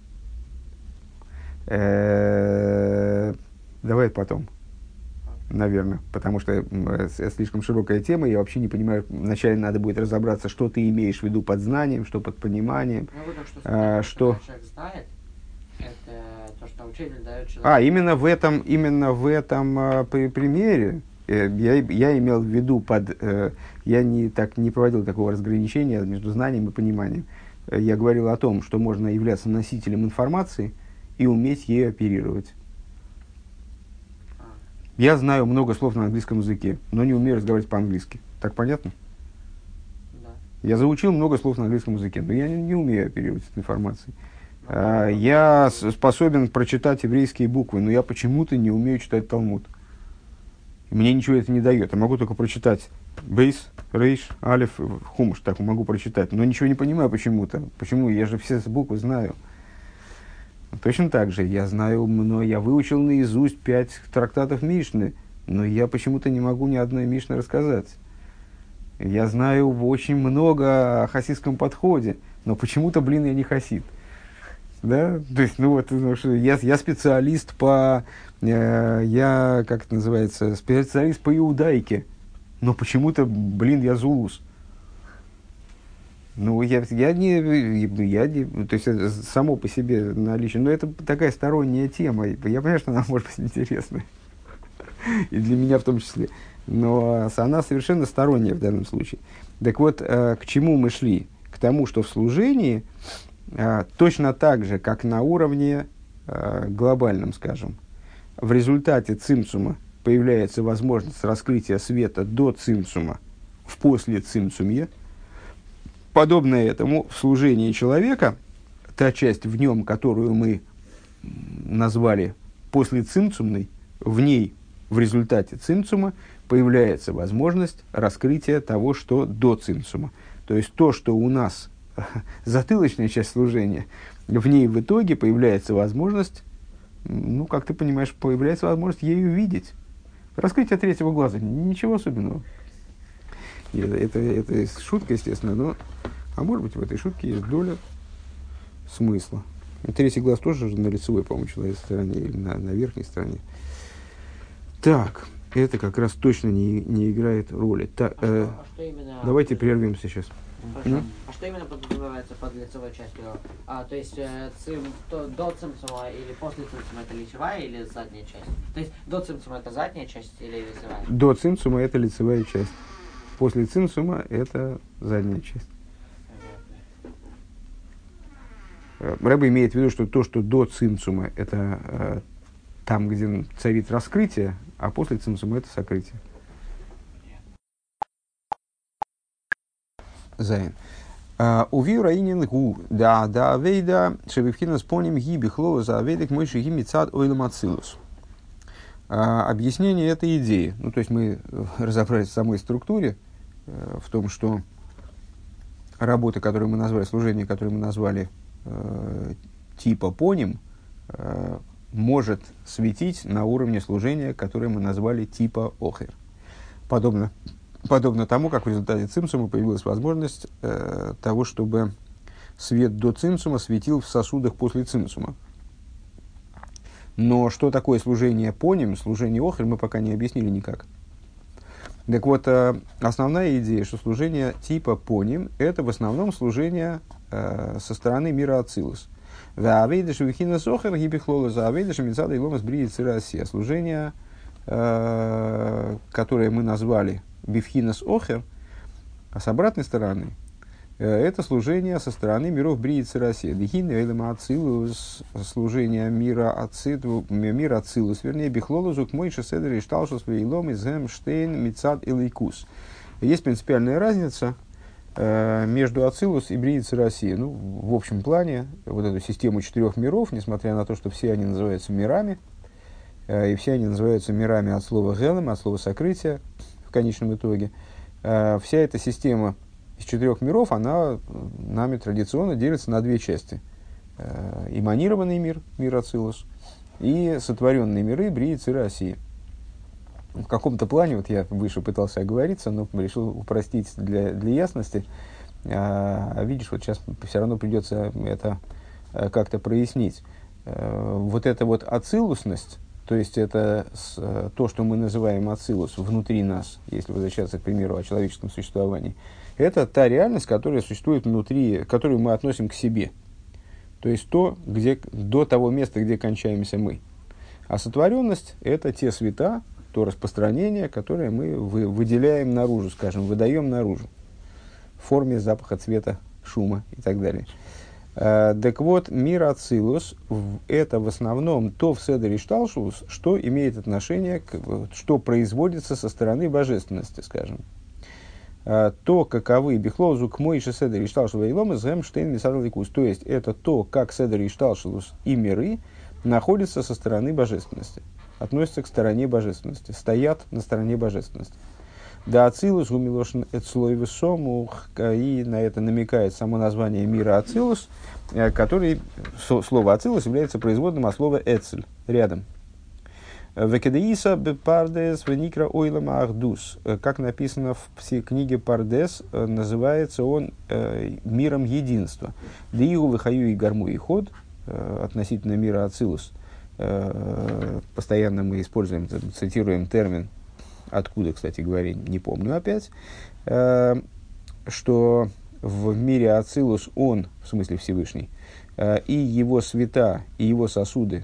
A: Давай потом. Наверное, потому что это слишком широкая тема, я вообще не понимаю, вначале надо будет разобраться, что ты имеешь в виду под знанием, что под пониманием.
B: Ну, что человек знает, это то, что учитель дает человеку.
A: Именно в этом примере я имел в виду я не проводил такого разграничения между знанием и пониманием. Я говорил о том, что можно являться носителем информации и уметь ею оперировать. Я знаю много слов на английском языке, но не умею разговаривать по-английски. Так понятно?
B: Да.
A: Я заучил много слов на английском языке, но я не умею оперировать этой информацией. Я способен прочитать еврейские буквы, но я почему-то не умею читать Талмуд. Мне ничего это не дает. Я могу только прочитать Бейс, Рейш, Алеф, Хумаш. Так могу прочитать, но ничего не понимаю почему-то. Почему? Я же все буквы знаю. Точно так же, я выучил наизусть 5 трактатов Мишны, но я почему-то не могу ни одной Мишны рассказать. Я знаю очень много о хасидском подходе, но почему-то, я не хасид. Да? То есть, я специалист специалист по иудайке, но почему-то, я зулус. То есть, это само по себе наличие, но это такая сторонняя тема, я понимаю, что она может быть интересной. и для меня в том числе. Но она совершенно сторонняя в данном случае. Так вот, к чему мы шли? К тому, что в служении точно так же, как на уровне глобальном, скажем, в результате цимцума появляется возможность раскрытия света до цимцума в после цимцумье. Подобно этому в служении человека, та часть в нем, которую мы назвали после цимцумной, в ней в результате цимцума появляется возможность раскрытия того, что до цимцума. То есть то, что у нас затылочная часть служения, в ней в итоге появляется возможность, ну, как ты понимаешь, появляется возможность ею видеть. Раскрытие третьего глаза, ничего особенного. Это шутка, естественно, но, а может быть, в этой шутке есть доля смысла. Третий глаз тоже на лицевой, по-моему, человеческой стороне или на верхней стороне. Так, это как раз точно не играет роли. Так,
B: что именно
A: давайте прервемся сейчас.
B: Хорошо. А что именно подразумевается под лицевой частью? То есть до цимцума или после цимцума это лицевая или задняя часть? То есть до цимцума это задняя часть или лицевая?
A: До цимцума это лицевая часть. После цимцума это задняя часть. Рэбе имеет в виду, что то, что до цимцума, это там, где царит раскрытие, а после цимцума это сокрытие. Зайн. Увию раинин гу, да авейда, шебивхина споним гиби хлова за авейдик мой шиги мицад ойлам ацилус. Объяснение этой идеи. Ну, то есть мы разобрались в самой структуре, в том, что работа, которую мы назвали, служение, которое мы назвали типа поним, может светить на уровне служения, которое мы назвали типа охер. Подобно тому, как в результате цимцума появилась возможность того, чтобы свет до цимцума светил в сосудах после цимцума. Но что такое служение поним, служение охер, мы пока не объяснили никак. Так вот, основная идея, что служение типа поним, это в основном служение со стороны мира ацилус. Служение, которое мы назвали бифхинас охер, а с обратной стороны, это служение со стороны миров Бриицы Россия. Дихин элема ацилус, служение мира ацилус, вернее, бихлолузу к мойше седер и шталшус вейлом из штейн мицад элейкус. Есть принципиальная разница между ацилус и Бриицы Россия. Ну, в общем плане, вот эту систему четырех миров, несмотря на то, что все они называются мирами, и все они называются мирами от слова гелем, от слова сокрытия, в конечном итоге, вся эта система из четырех миров, она нами традиционно делится на две части. Эманированный мир, мир ацилус, и сотворенные миры, Бриицы России. В каком-то плане, вот я выше пытался оговориться, но решил упростить для ясности. Видишь, вот сейчас все равно придется это как-то прояснить. Вот эта вот ацилусность, то есть это то, что мы называем ацилус внутри нас, если возвращаться, к примеру, о человеческом существовании, это та реальность, которая существует внутри, которую мы относим к себе. То есть то, где, до того места, где кончаемся мы. А сотворенность – это те света, то распространение, которое мы выделяем наружу, скажем, выдаем наружу в форме запаха, цвета, шума и так далее. Так вот, мир ацилус – это в основном то в седер и шталшус, что имеет отношение, что производится со стороны божественности, скажем. То, каковы бихлозу к мойше седер и шталшус вейлом из штейн мицад элейкус. То есть, это то, как седер и шталшус и миры находятся со стороны божественности, относятся к стороне божественности, стоят на стороне божественности. Да ацилус гумилошн эцлой сомух, и на это намекает само название мира ацилус, который, слово ацилус является производным от слова эцель, рядом. Векедеиса бепардес веникра ойлам ахдус. Как написано в книге Пардес, называется он миром единства. Деигу выхаю и гарму и ход, относительно мира ацилус. Постоянно мы используем, цитируем термин, откуда, кстати говоря, не помню опять, что в мире ацилус он, в смысле Всевышний, и его света, и его сосуды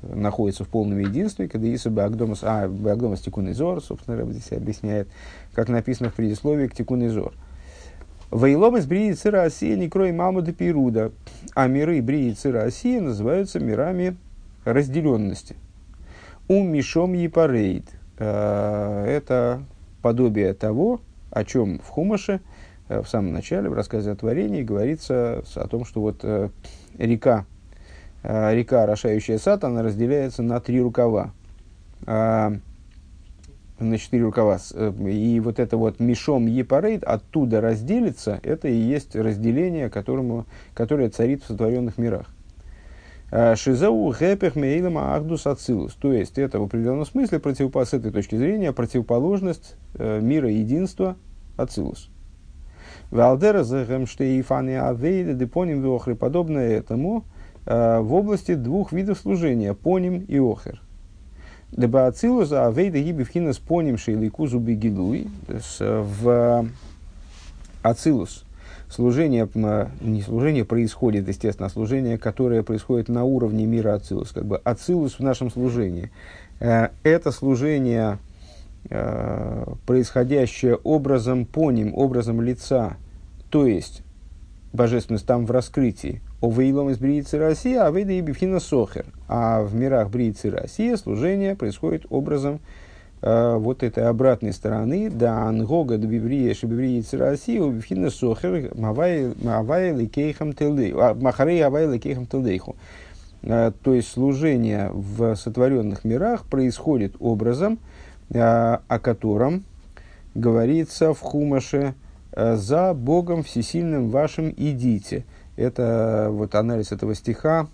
A: находится в полном единстве, когда если бы Агдомас Тикун Изор, собственно, Рэб здесь объясняет, как написано в предисловии к Тикун Изор. Вейлом из Брии Цира Асия не крой Мамуда Пируда, а миры Брии Цира Асия называются мирами разделенности. Мишом Епарейд. Это подобие того, о чем в Хумаше, в самом начале, в рассказе о творении, говорится о том, что вот река, орошающая сад, она разделяется на 3 рукава. На 4 рукава. И вот это вот Мишом Епарейд оттуда разделится, это и есть разделение, которое царит в сотворенных мирах. Шизау гэпех мейлам ахдус ацилус. То есть, это в определенном смысле, с этой точки зрения, противоположность мира единства ацилус. Валдера зэгэмштейфаны авейда депоним веохры. Подобное этому в области 2 видов служения, поним и охер. Деба ацилус авейда гибивхинас поним шейлику зуби гилуй. В ацилус служение происходит, естественно, служение, которое происходит на уровне мира ацилус. Как бы ацилус в нашем служении. Это служение, происходящее образом поним, образом лица, то есть божественность там в раскрытии. О вейлом из Бриицы России, а вейда и бифхина сохер. А в мирах Бриицы России служение происходит образом вот этой обратной стороны, да ангога до биврия шебивриицы России, у бифхина сохер, мавай лекейхам телдейху, махарей авай лекейхам телдейху. То есть служение в сотворенных мирах происходит образом, о котором говорится в Хумаше: «За Богом Всесильным вашим идите». Это вот анализ этого стиха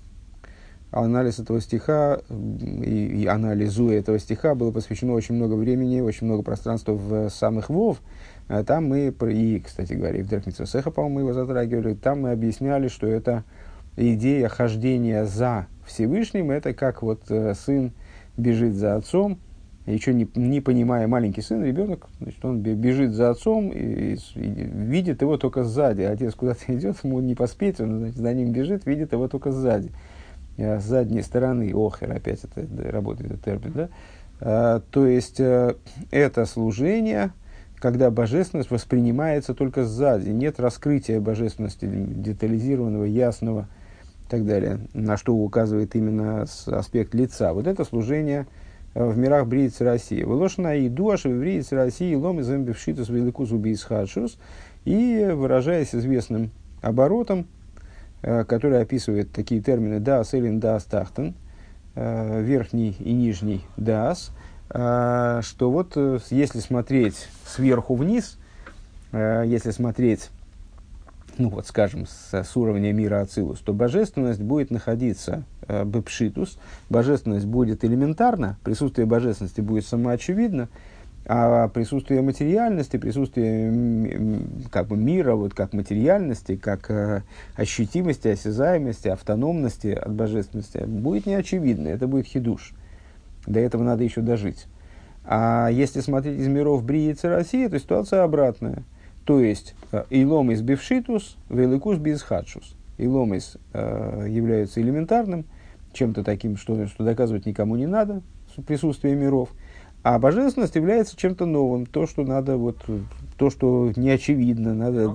A: и анализу этого стиха было посвящено очень много времени, очень много пространства в самых Вов. Там мы, и, кстати говоря, и в Дерх Мицвот Сеха, по-моему, мы его затрагивали, там мы объясняли, что это идея хождения за Всевышним, это как вот сын бежит за отцом, еще не понимая, маленький сын, ребенок, значит, он бежит за отцом и видит его только сзади. Отец куда-то идет, ему не поспеть, он, значит, за ним бежит, видит его только сзади. С задней стороны, охер, опять это работает, это терпит, да? То есть, это служение, когда божественность воспринимается только сзади, нет раскрытия божественности детализированного, ясного и так далее, на что указывает именно аспект лица. Вот это служение в мирах Бриицы России. Вылошена и дуаша в Бриицы России лом из эмбившитус велику зуби исхадшус. И, выражаясь известным оборотом, который описывает такие термины даас элин даас тахтен, верхний и нижний даас, что вот если смотреть сверху вниз, если смотреть, ну вот скажем, с уровня мира ацилус, то божественность будет находиться бепшитус, божественность будет элементарна, присутствие божественности будет самоочевидно, а присутствие материальности, присутствие как бы мира, вот как материальности, как ощутимости, осязаемости, автономности от божественности будет неочевидно, это будет хидуш. До этого надо еще дожить. А если смотреть из миров Бриицы России, то ситуация обратная. То есть, иломис бифшитус, великус бизхадшус. Иломис является элементарным, чем-то таким, что доказывать никому не надо, присутствие миров. А божественность является чем-то новым, то, что надо, вот, то, что не очевидно, надо...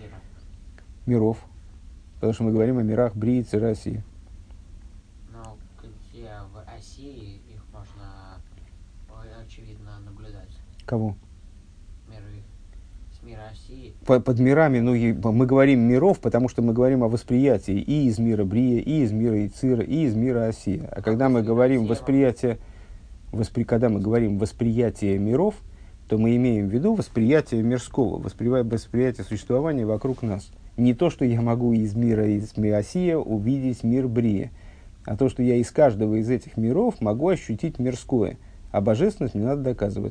A: Миров. Потому что мы говорим о мирах Бриицы России.
B: Но где в России их можно очевидно наблюдать?
A: Кого?
B: Миры. С мира России.
A: Под мирами, ну, мы говорим миров, потому что мы говорим о восприятии и из мира Брия, и из мира Ицира, и из мира Осия. А когда мы говорим когда мы говорим восприятие миров, то мы имеем в виду восприятие мирского, восприятие существования вокруг нас. Не то, что я могу из мира Осия увидеть мир Брия, а то, что я из каждого из этих миров могу ощутить мирское. А божественность мне надо доказывать.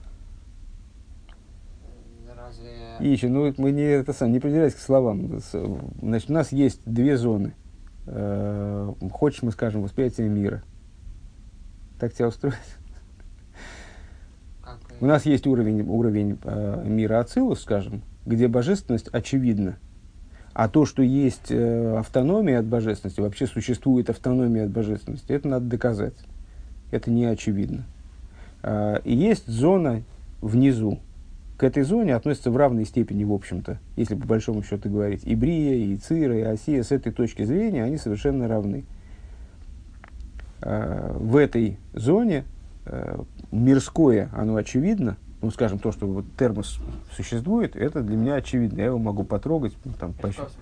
A: И еще, ну, мы не придираясь к словам. Значит, у нас есть 2 зоны. Хочешь, мы скажем, восприятие мира. Так тебя устроит? У нас есть уровень мира Ацилус, скажем, где божественность очевидна. А то, что есть автономия от божественности, вообще существует автономия от божественности, это надо доказать. Это не очевидно. И есть зона внизу. К этой зоне относятся в равной степени, в общем-то, если по большому счету говорить, и Брия, и Цира, и Осия, с этой точки зрения они совершенно равны. В этой зоне мирское, оно очевидно, ну, скажем, то, что вот термос существует, это для меня очевидно, я его могу потрогать. Ну, там,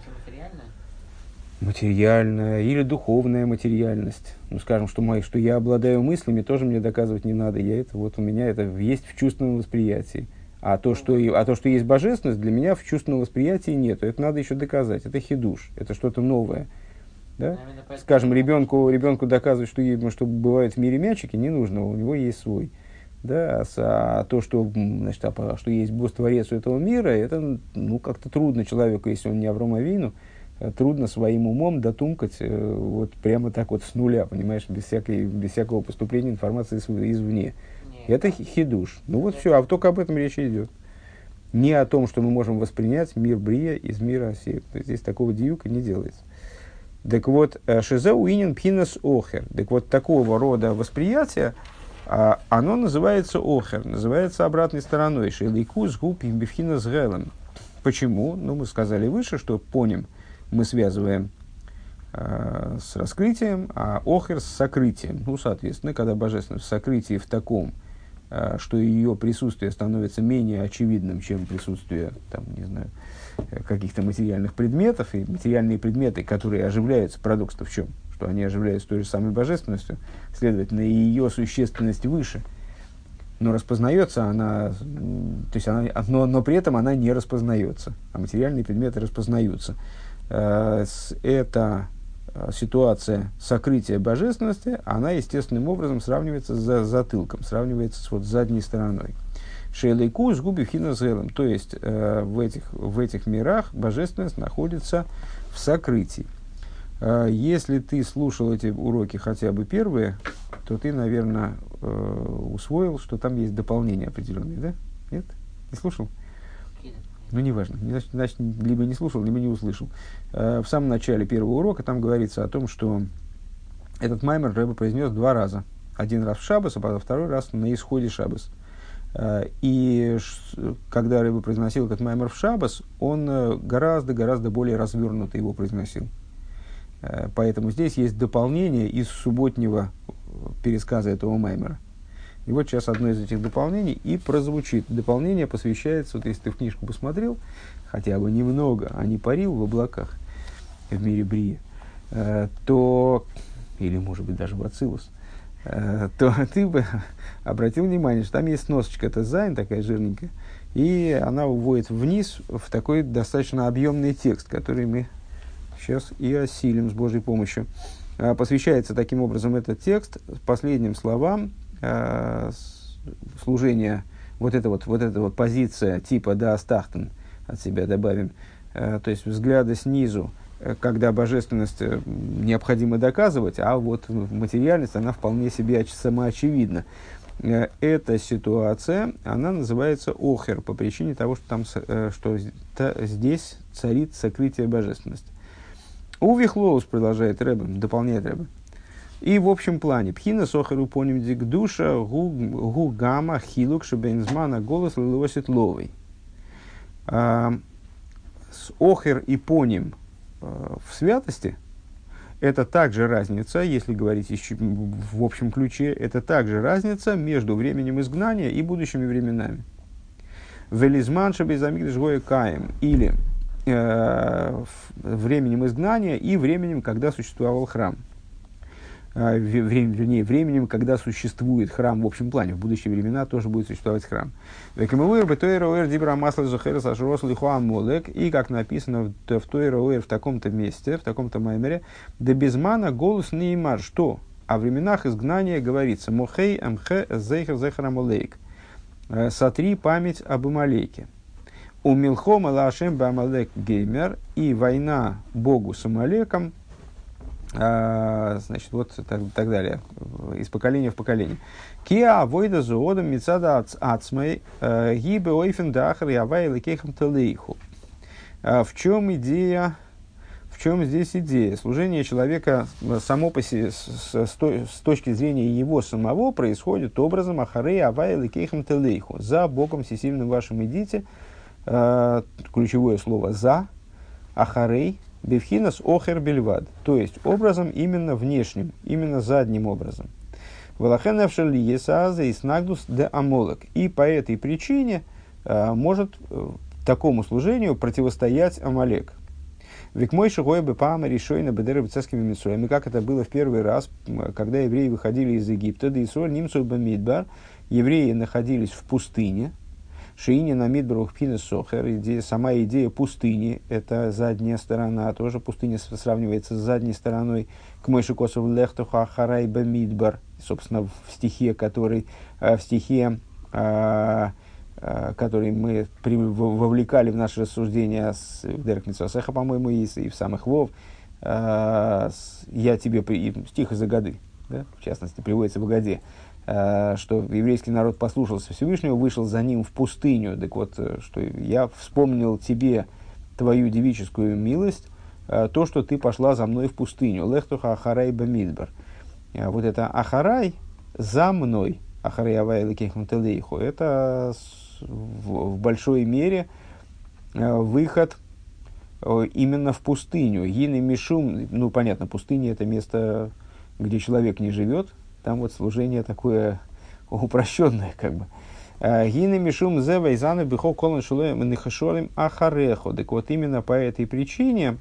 A: материальная или духовная материальность. Ну, скажем, что я обладаю мыслями, тоже мне доказывать не надо, у меня это есть в чувственном восприятии. А то, что есть божественность, для меня в чувственном восприятии нет. Это надо еще доказать. Это хидуш, это что-то новое. Да? Скажем, ребенку доказывать, что бывают в мире мячики, не нужно, у него есть свой. Да? А то, что есть Бог-творец у этого мира, это как-то трудно человеку, если он не Авром Авину, трудно своим умом дотумкать вот прямо так вот с нуля, понимаешь, без всякого поступления информации извне. Это хидуш. Все, а только об этом речь идет. Не о том, что мы можем воспринять мир Брия из мира Осия. Здесь такого диюка не делается. Так вот, шизе уинен пхинас охер. Так вот, такого рода восприятие, оно называется охер, называется обратной стороной. Шейликус губ бифхинас гелем. Почему? Мы сказали выше, что поним мы связываем с раскрытием, а охер с сокрытием. Соответственно, когда божественность в сокрытии в таком, что ее присутствие становится менее очевидным, чем присутствие каких-то материальных предметов, и материальные предметы, которые оживляются, парадокс-то в чем? Что они оживляются той же самой божественностью, следовательно, и ее существенность выше. Но распознается она, но при этом она не распознается, а материальные предметы распознаются. Эта ситуация сокрытия божественности, она естественным образом сравнивается с затылком, сравнивается с задней стороной. Шейлейку с губи хинозелем, то есть в этих мирах божественность находится в сокрытии. Если ты слушал эти уроки хотя бы первые, то ты, наверное, усвоил, что там есть дополнения определенные, да? Нет? Не слушал? Неважно. Значит, либо не слушал, либо не услышал. В самом начале первого урока там говорится о том, что этот маймер Ребе произнес 2 раза. Один раз в Шаббос, а второй раз на исходе Шаббос. И когда Ребе произносил этот маймер в Шаббос, он гораздо более развернуто его произносил. Поэтому здесь есть дополнение из субботнего пересказа этого маймера. И вот сейчас одно из этих дополнений и прозвучит. Дополнение посвящается, если ты в книжку посмотрел, хотя бы немного, а не парил в облаках в мире Брия, то, или может быть даже в Ацилус, то ты бы обратил внимание, что там есть сносочка, это зайн такая жирненькая, и она уводит вниз в такой достаточно объемный текст, который мы сейчас и осилим с Божьей помощью. Посвящается таким образом этот текст последним словам служения, вот эта вот позиция типа да астахтен, от себя добавим, то есть взгляда снизу, когда божественность необходимо доказывать, а вот материальность, она вполне себе самоочевидна. Эта ситуация, она называется охер, по причине того, что здесь царит сокрытие божественности. Увихлоус, продолжает Ребе, дополняет Ребе. И в общем плане, пхина сохеру поним дик душа гу гама хилук шебензмана голос лилосит ловый. С охер и поним в святости это также разница, если говорить в общем ключе, это также разница между временем изгнания и будущими временами. Велизман шебезамигдаш гоя каем, или временем изгнания и временем, когда существовал храм. Временем, когда существует храм в общем плане. В будущие времена тоже будет существовать храм. И как написано в Тойра в таком-то месте, в таком-то маймере, да безмана голос неймар, что о временах изгнания говорится мохей амхе зейхер зейхер амалейк, сотри память об Амалейке. У Милхома Лашем Бамалек Геймер, и война Богу с Амалеком, значит, вот так далее, из поколения в поколение. Киа войда зоодом мицада ацмей гибе ойфен дахар явай лекехам телейху. В чем идея? В чем здесь идея? Служение человека само по себе, с точки зрения его самого, происходит образом «Ахарей авай лекейхам телейху». «За Богом всесильным вашим идите». Ключевое слово «за», «Ахарей», «бевхинас охер бельвад». То есть образом именно внешним, именно задним образом. «Валахен эвшер ли есааза и снагдус де амолок». И по этой причине может такому служению противостоять Амалек. Век мой шигой бы пама решойно бедеры бцескими митсуями, как это было в первый раз, когда евреи выходили из Египта, да и соль нимцу бамидбар, евреи находились в пустыне, шиине на мидбарух пина сохер, сама идея пустыни, это задняя сторона, тоже пустыня сравнивается с задней стороной, к мойши косов лехтуха харай бамидбар, собственно, в стихе, который который мы вовлекали в наши рассуждения в Дерек Митсвасеха, по-моему, и в самых Вов, я тебе, стих из Агады, да, в частности, приводится в Агаде, что еврейский народ послушался Всевышнего, вышел за ним в пустыню. Так вот, что я вспомнил тебе твою девическую милость, то, что ты пошла за мной в пустыню. Лехтуха ахарай бамидбар. Вот это ахарай за мной, ахарай авай лекейхам телейху, это в большой мере выход именно в пустыню. Гины мишум, ну понятно, пустыня это место, где человек не живет, там вот служение такое упрощенное, как бы. Гины мишум зе вайзану бихо колон шулоем нихашолем ахарехо. Так вот именно по этой причине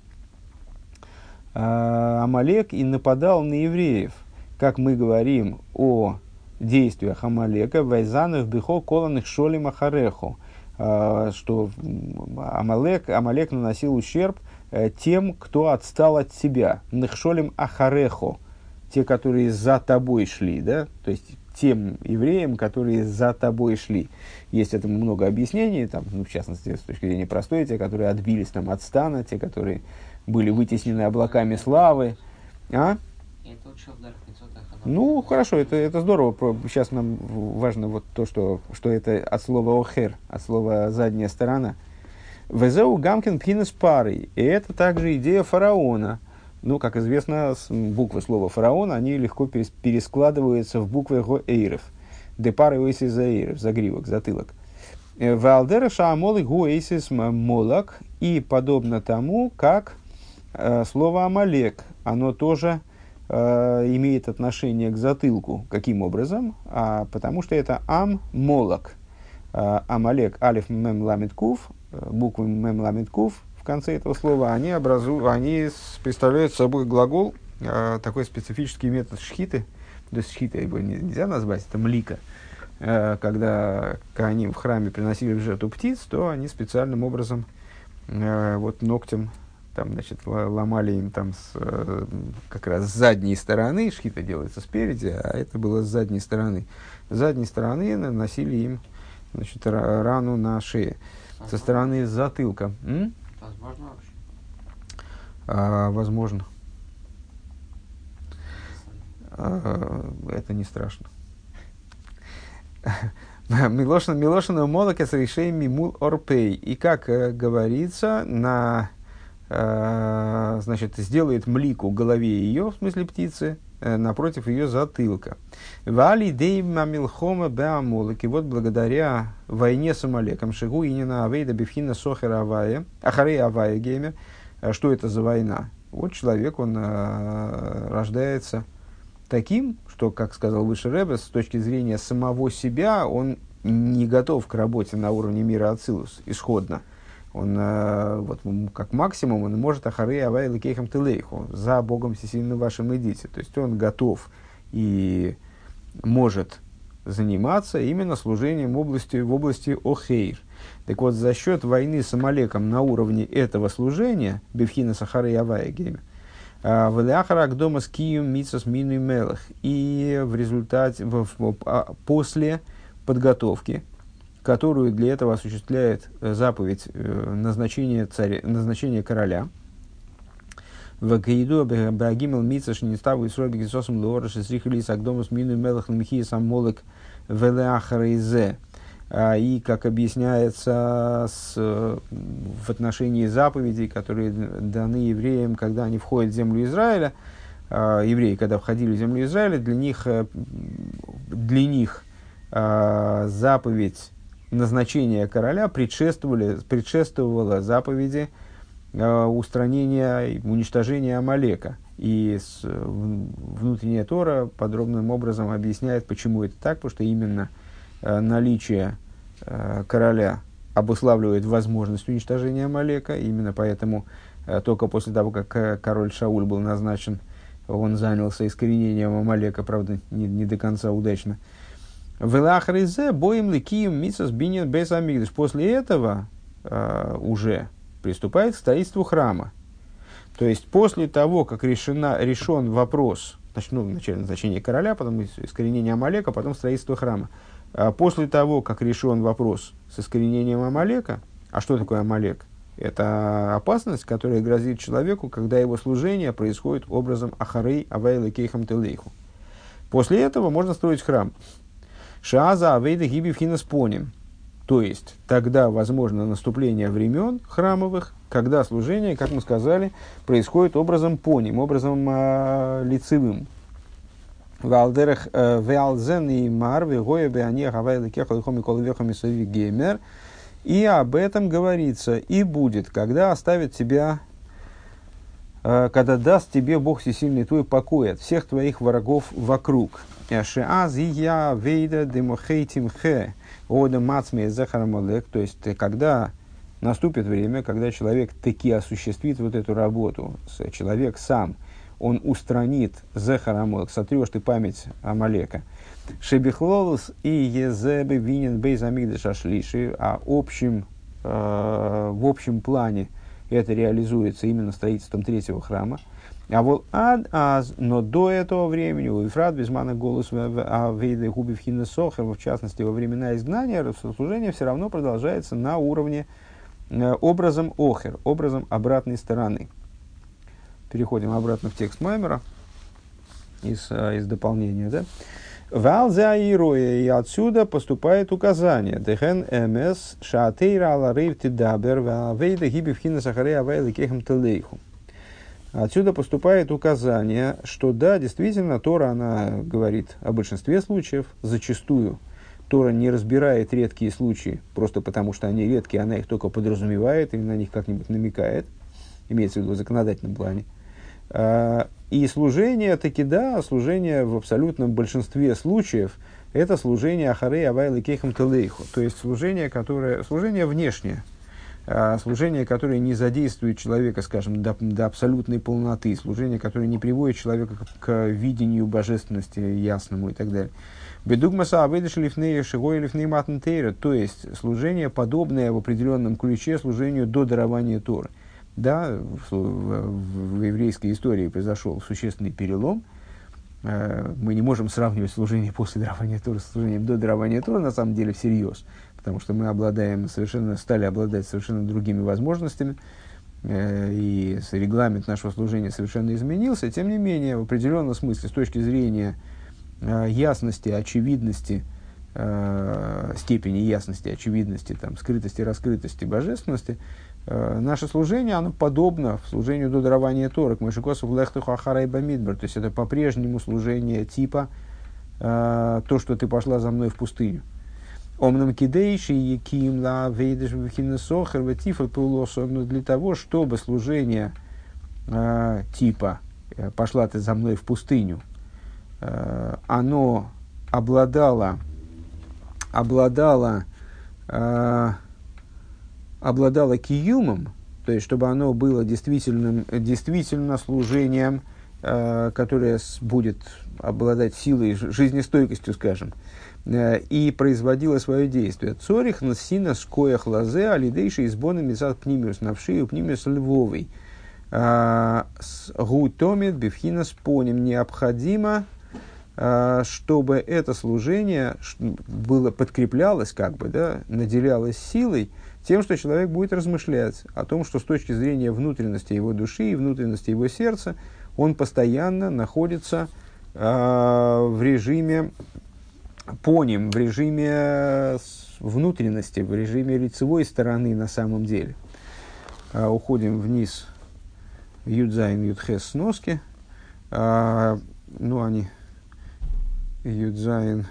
A: Амалек и нападал на евреев. Как мы говорим о действиях Амалека, вайзанов бихо колоных шолем ахарехо, что Амалек наносил ущерб тем, кто отстал от себя. Нехшолем ахарехо, те, которые за тобой шли, да, то есть тем евреям, которые за тобой шли. Есть этому много объяснений, там, ну, в частности, с точки зрения простой, те, которые отбились там, от стана, те, которые были вытеснены облаками славы. Ну, хорошо, это здорово. Сейчас нам важно вот то, что это от слова «охер», от слова «задняя сторона». «Везеу гамкин пхинес парой». И это также идея фараона. Ну, как известно, буквы слова «фараон», они легко перескладываются в буквы «гоэйров». «Де пары ойсис заэйров», загривок, затылок. «Валдера шаамолы гуэйсис молак». И подобно тому, как слово «амалек», оно тоже имеет отношение к затылку. Каким образом? Потому что это ам-молок. Амалек, алиф, мем, ламит, куф, буквы мем, ламит, куф в конце этого слова, они представляют собой глагол, такой специфический метод шхиты. То есть шхита его нельзя назвать, это млика. Когда они в храме приносили в жертву птиц, то они специальным образом вот ногтем там, значит, ломали им там как раз с задней стороны, шхита делается спереди, а это было с задней стороны. С задней стороны наносили им, значит, рану на шее. Со стороны затылка.
B: Возможно вообще?
A: Возможно. Это не страшно. Милошина молока с решением мимул орпей. И как говорится, значит, сделает млику голове ее, в смысле птицы, напротив ее затылка. Вали дейма милхома беамолок. И вот благодаря войне с Амалеком, шигу и нина авейда бифхина сохера авая, ахарей авая геймер, что это за война? Вот человек, он рождается таким, что, как сказал выше Ребе, с точки зрения самого себя, он не готов к работе на уровне мира Ацилус, исходно. Он, вот, как максимум, он может ахарей авай лекейхам телейху, за Богом всесильным вашим идите. То есть он готов и может заниматься именно служением в области охейр. Так вот, за счет войны с Амалеком на уровне этого служения, бифхина сахарей авай геймер, валяхарак дома с кием митсас мину мелах, и в результате, после подготовки, которую для этого осуществляет заповедь назначения короля. Вагейду беагимел митсаш не ставу и срок гисосом лораш и срихали сагдомус мину мелах михия самолек велеахарейзе. И, как объясняется в отношении заповедей, которые даны евреям, когда они входят в землю Израиля, евреи, когда входили в землю Израиля, для них заповедь назначения короля предшествовала заповеди устранения и уничтожения Амалека. И внутренняя Тора подробным образом объясняет, почему это так, потому что именно наличие короля обуславливает возможность уничтожения Амалека. Именно поэтому только после того, как король Шауль был назначен, он занялся искоренением Амалека, правда, не до конца удачно. Велахризе боем ликием митсас биньян бейс амигдаш. После этого уже приступает к строительству храма. То есть после того, как решен вопрос, вначале назначение короля, потом искоренение Амалека, потом строительство храма. После того, как решен вопрос с искоренением Амалека, а что такое Амалек? Это опасность, которая грозит человеку, когда его служение происходит образом ахарей авейла кейхам телейху. После этого можно строить храм. Шааза авейда гиби вхинас поним. То есть, тогда возможно наступление времен храмовых, когда служение, как мы сказали, происходит образом поним, образом лицевым. И об этом говорится, и будет, когда оставит тебя, когда даст тебе Бог всесильный твой покой от всех твоих врагов вокруг. То есть, когда наступит время, когда человек таки осуществит вот эту работу, человек сам, он устранит Зехар Амалек, сотрешь ты память Амалека. Шебихлолус и Езебе Винен Бейз Амигдаш Ашлиши, а в общем плане это реализуется именно строительством третьего храма. А вот но до этого времени, у Ифрат Безмана Голос Авейда Губи Вхина Сохер, в частности, во времена изгнания, служение все равно продолжается на уровне образом Охер, образом обратной стороны. Переходим обратно в текст Маймера из дополнения. Да? Валза и Роя, и отсюда поступает указание. Дехен МС Шаатейра Аларейв Тидабер Вавейда Гиби Вхина Сахарея Авейда Кехам Телейху. Отсюда поступает указание, что да, действительно, Тора, она говорит о большинстве случаев, зачастую. Тора не разбирает редкие случаи, просто потому что они редкие, она их только подразумевает или на них как-нибудь намекает, имеется в виду в законодательном плане. И служение, таки да, служение в абсолютном большинстве случаев, это служение Ахарей Авайлы Кейхам Телейху, то есть служение внешнее. Служение, которое не задействует человека, скажем, до абсолютной полноты, служение, которое не приводит человека к видению божественности ясному и так далее. Бедугмаса авейдаш лифней шигой лифней матнтейра, то есть служение, подобное в определенном ключе служению до дарования Торы. Да, в еврейской истории произошел существенный перелом. Мы не можем сравнивать служение после дарования Торы с служением до дарования Торы, на самом деле, всерьез. Потому что мы стали обладать совершенно другими возможностями, и регламент нашего служения совершенно изменился. Тем не менее, в определенном смысле, с точки зрения ясности, очевидности, степени ясности, очевидности, скрытости, раскрытости, божественности, наше служение, оно подобно служению до дарования Торы, к Мешикосу Лехтуху Ахарай Бамидбар. То есть это по-прежнему служение типа то, что ты пошла за мной в пустыню. Омнам кидейши яким ла вейдеш вхина сохер ветифа пулосо, но для того, чтобы служение типа пошла ты за мной в пустыню, оно обладало киюмом, то есть чтобы оно было действительно служением, которое будет обладать силой, жизнестойкостью, скажем, и производила свое действие. Цорих насина скоях лазе алидейши избоны мизат пнимиус навшию пнимиус львовый. Гутомит бифхина споним. Необходимо, чтобы это служение было, подкреплялось, наделялось силой тем, что человек будет размышлять о том, что с точки зрения внутренности его души и внутренности его сердца он постоянно находится в режиме поним, в режиме внутренности, в режиме лицевой стороны на самом деле. Уходим вниз, Юдзайн, Юдхес, сноски. Они Юдзайн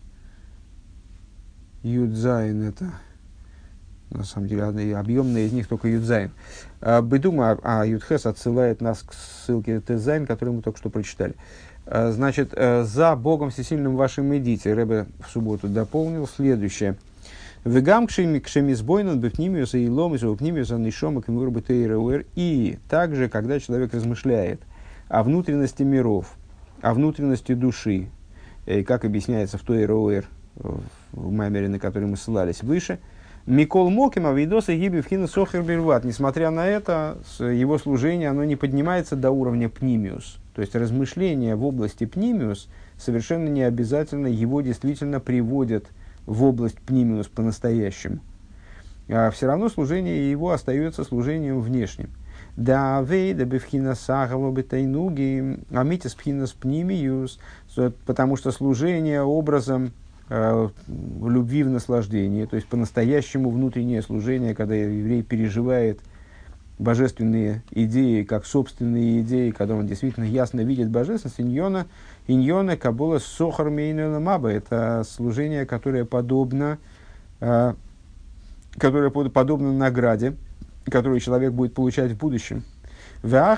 A: это на самом деле объемная из них только Юдзайн. Бедума, Юдхес отсылает нас к ссылке Тезайн, которую мы только что прочитали. Значит, за Богом всесильным вашим идите. Ребе в субботу дополнил следующее. Вегам кшемизбойнан бифнимиуса и ломиса упнимиуса нишома кмурбетейрауэр. И также, когда человек размышляет о внутренности миров, о внутренности души, как объясняется в той Рауэр, в маймере, на который мы ссылались выше, Микол Моким Авидоса Гиби Вхина Сохер Бирват. Несмотря на это, его служение оно не поднимается до уровня пнимиус. То есть размышления в области пнимиус совершенно не обязательно его действительно приводят в область пнимиус по-настоящему. А все равно служение его остается служением внешним. Да вейда бевхина сахава бетайнуги амитис пхинас пнимиус. Потому что служение образом любви в наслаждении, то есть по-настоящему внутреннее служение, когда еврей переживает божественные идеи как собственные идеи, когда он действительно ясно видит божественность, иньона кабола сохар мейну маба. Это служение, которое подобно награде, которую человек будет получать в будущем. На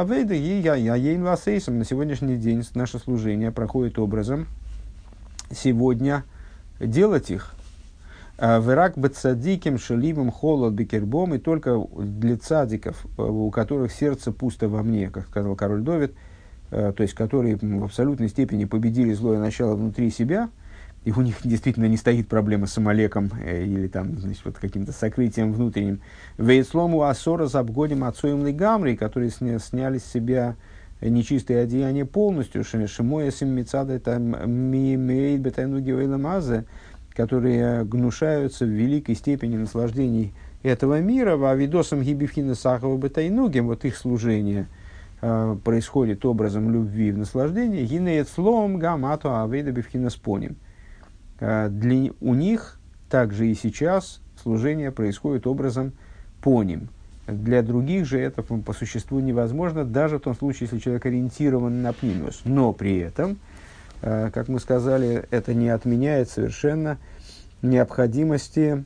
A: сегодняшний день наше служение проходит образом сегодня делать их. Верак бецадиким шелибом холод бекербом, и только для цадиков, у которых сердце пусто во мне, как сказал король Довид, то есть которые в абсолютной степени победили злое начало внутри себя, и у них действительно не стоит проблема с Амалеком или там, значит, вот каким-то сокрытием внутренним. Вейслому асора забгодим отцоем лигамри, которые сняли с себя нечистые одеяния полностью, шимоя симмицада, это мимейд бетайнуги вейламазе, которые гнушаются в великой степени наслаждений этого мира, а видосом гибивхина сахова бетайнуги, вот их служение происходит образом любви в наслаждении, гинеет слом гамату авейда бивхина споним. У них также и сейчас служение происходит образом поним. Для других же это по существу невозможно, даже в том случае, если человек ориентирован на пнимиус. Но при этом, как мы сказали, это не отменяет совершенно необходимости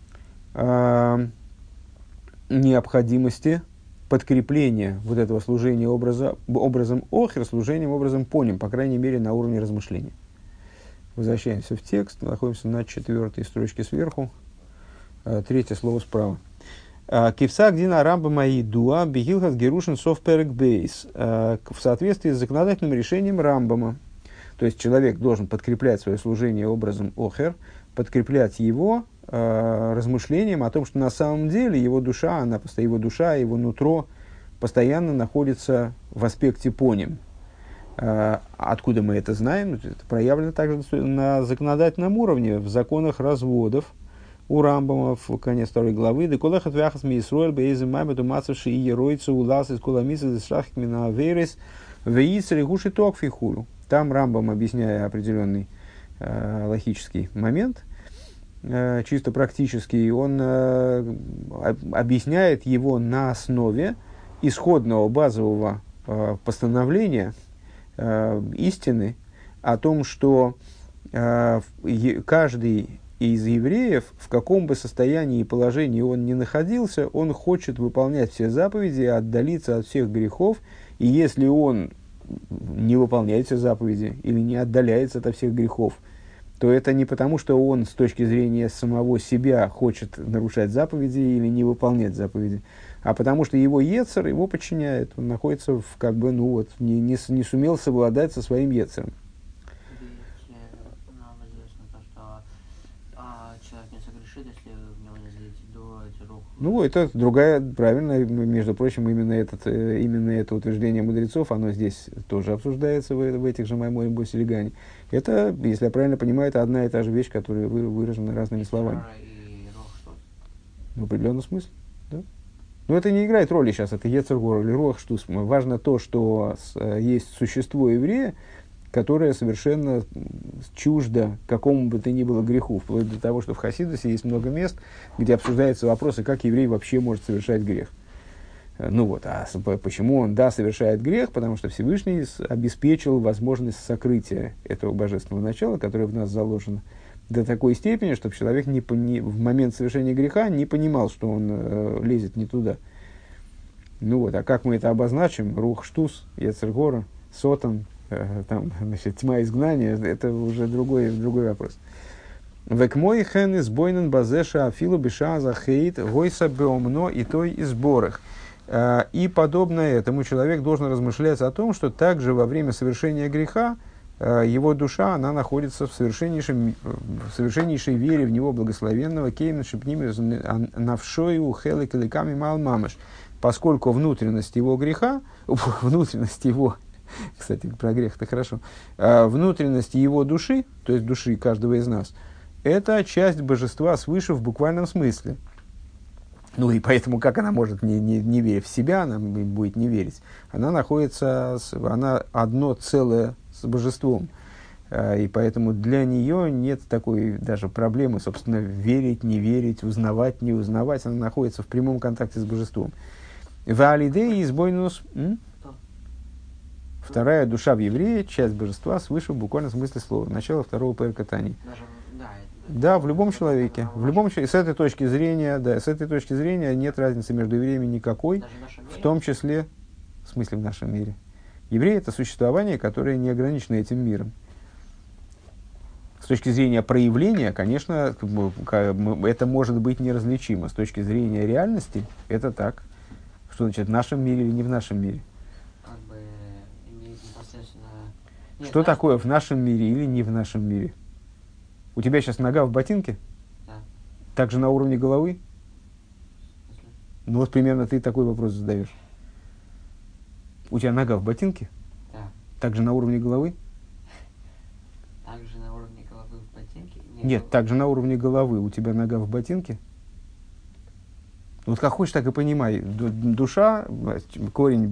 A: подкрепления вот этого служения образом охер, служением образом поним, по крайней мере, на уровне размышления. Возвращаемся в текст, находимся на 4-й строчке сверху, 3-е слово справа. Кивсак дина рамба мои дуа бегилхас герушин софперек бейс. В соответствии с законодательным решением Рамбама. То есть человек должен подкреплять свое служение образом охер, подкреплять его размышлением о том, что на самом деле его душа, его нутро постоянно находится в аспекте поним. Откуда мы это знаем? Это проявлено также на законодательном уровне, в законах разводов. У Рамбама в конец 2 главы. Деколахат вяхас миисроэль бейзем маймеду мацавши и еройцу улас из коламиса из шахкмина аверис веисер гуши токфихулу. Там Рамбам, объясняя определенный логический момент, чисто практический, он объясняет его на основе исходного базового постановления истины о том, что каждый из евреев, в каком бы состоянии и положении он ни находился, он хочет выполнять все заповеди, отдалиться от всех грехов, и если он не выполняет все заповеди или не отдаляется от всех грехов, то это не потому, что он с точки зрения самого себя хочет нарушать заповеди или не выполнять заповеди, а потому что его йецер его подчиняет, он находится в, не сумел совладать со своим йецером. Это другая, правильно, между прочим, именно это утверждение мудрецов, оно здесь тоже обсуждается в этих же Майморим Босилигане. Это, если я правильно понимаю, это одна и та же вещь, которая выражена разными словами. В определенном смысле, да? Но это не играет роли сейчас, это Ецер Гор или Руах Штус. Важно то, что есть существо еврея, которая совершенно чужда какому бы то ни было греху, вплоть до того, что в Хасидусе есть много мест, где обсуждаются вопросы, как еврей вообще может совершать грех. Ну вот, а почему он, да, совершает грех? Потому что Всевышний обеспечил возможность сокрытия этого божественного начала, которое в нас заложено, до такой степени, чтобы человек в момент совершения греха не понимал, что он лезет не туда. Ну вот, а как мы это обозначим? Рух штус, Йецер гора, сотан, там, значит, тьма изгнания, это уже другой вопрос. Век мой хен из бойнен базеша афилу биша захейт гойса беомно и той из борах. И подобно этому человек должен размышлять о том, что также во время совершения греха его душа, она находится в совершеннейшей вере в него благословенного, кейна шипними навшою хелек иликами мал мамыш, поскольку внутренность его греха, внутренность его, кстати, про грех это хорошо, внутренность его души, то есть души каждого из нас, это часть божества свыше в буквальном смысле. Ну и поэтому, как она может, не веря в себя, она будет не верить. Она находится, она одно целое с божеством. И поэтому для нее нет такой даже проблемы, собственно, верить, не верить, узнавать, не узнавать. Она находится в прямом контакте с божеством. Ваалидей избойнус. Вторая душа в еврее, часть божества свыше в буквальном смысле слова. Начало второго пэрка Тани. Да, в любом человеке. С этой точки зрения нет разницы между евреями никакой, в том числе, в смысле, в нашем мире. Еврей – это существование, которое не ограничено этим миром. С точки зрения проявления, конечно, это может быть неразличимо. С точки зрения реальности, это так. Что значит в нашем мире или не в нашем мире? Что такое в нашем мире или не в нашем мире? У тебя сейчас нога в ботинке?
B: Да.
A: Также на уровне головы? Ну вот примерно ты такой вопрос задаешь. У тебя нога в ботинке?
B: Да.
A: Также на уровне головы?
B: Также на уровне головы в ботинке?
A: Нет, также на уровне головы. У тебя нога в ботинке? Вот как хочешь, так и понимай. Душа, корень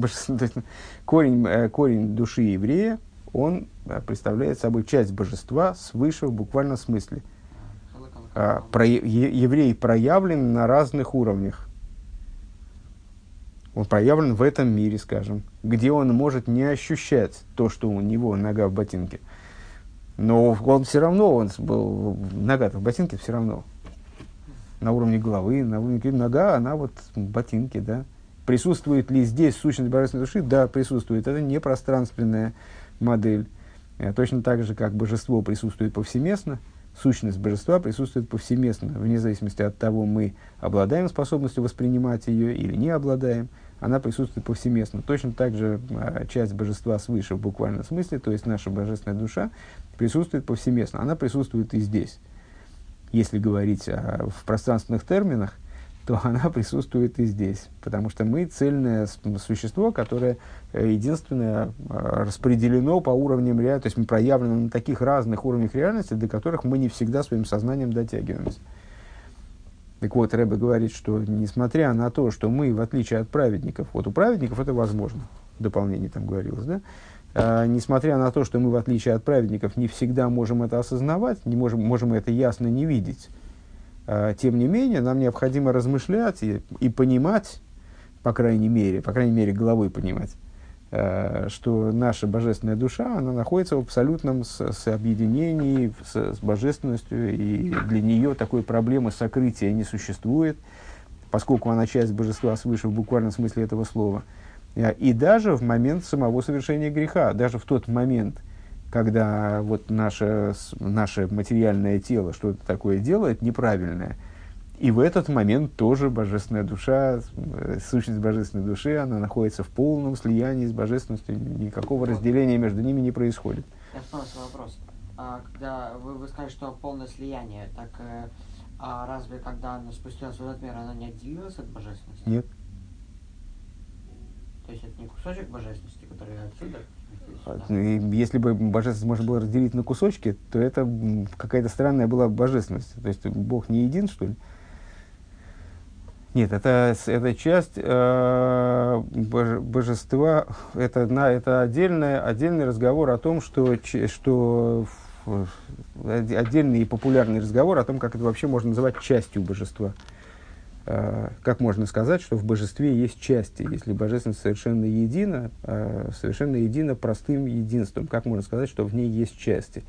A: души еврея, он представляет собой часть божества свыше в буквальном смысле. Еврей проявлен на разных уровнях. Он проявлен в этом мире, скажем, где он может не ощущать то, что у него нога в ботинке. Но он все равно, нога-то в ботинке все равно. На уровне головы, на уровне нога, она вот в ботинке, да. Присутствует ли здесь сущность божественной души? Да, присутствует. Это не пространственная модель. Точно так же, как божество присутствует повсеместно, сущность божества присутствует повсеместно, вне зависимости от того, мы обладаем способностью воспринимать ее или не обладаем, она присутствует повсеместно. Точно так же часть божества свыше в буквальном смысле, то есть наша божественная душа, присутствует повсеместно. Она присутствует и здесь. Если говорить в пространственных терминах, то она присутствует и здесь. Потому что мы цельное существо, которое единственное распределено по уровням реальности, то есть мы проявлены на таких разных уровнях реальности, до которых мы не всегда своим сознанием дотягиваемся. Так вот, Ребе говорит, что несмотря на то, что мы, в отличие от праведников, вот у праведников это возможно, в дополнении там говорилось, да? Несмотря на то, что мы, в отличие от праведников, не всегда можем это осознавать, можем это ясно не видеть, тем не менее, нам необходимо размышлять и понимать, по крайней мере, головой понимать, что наша божественная душа, она находится в абсолютном сообъединении с божественностью, и для нее такой проблемы сокрытия не существует, поскольку она часть божества свыше в буквальном смысле этого слова. И даже в момент самого совершения греха, даже в тот момент, когда вот наше материальное тело что-то такое делает неправильное, и в этот момент тоже божественная душа, сущность божественной души, она находится в полном слиянии с божественностью, никакого разделения между ними не происходит.
B: Я вспомнил свой вопрос. Когда вы сказали, что полное слияние, так разве когда она спустилась в этот мир, она не отделилась от божественности?
A: Нет.
B: То есть это не кусочек божественности, который отсюда?
A: Если бы божественность можно было разделить на кусочки, то это какая-то странная была божественность. То есть Бог не един, что ли? Нет, это часть божества, это отдельный разговор о том, отдельный и популярный разговор о том, как это вообще можно называть частью божества. Как можно сказать, что в божестве есть части, если божественность совершенно едина простым единством? Как можно сказать, что в ней есть части?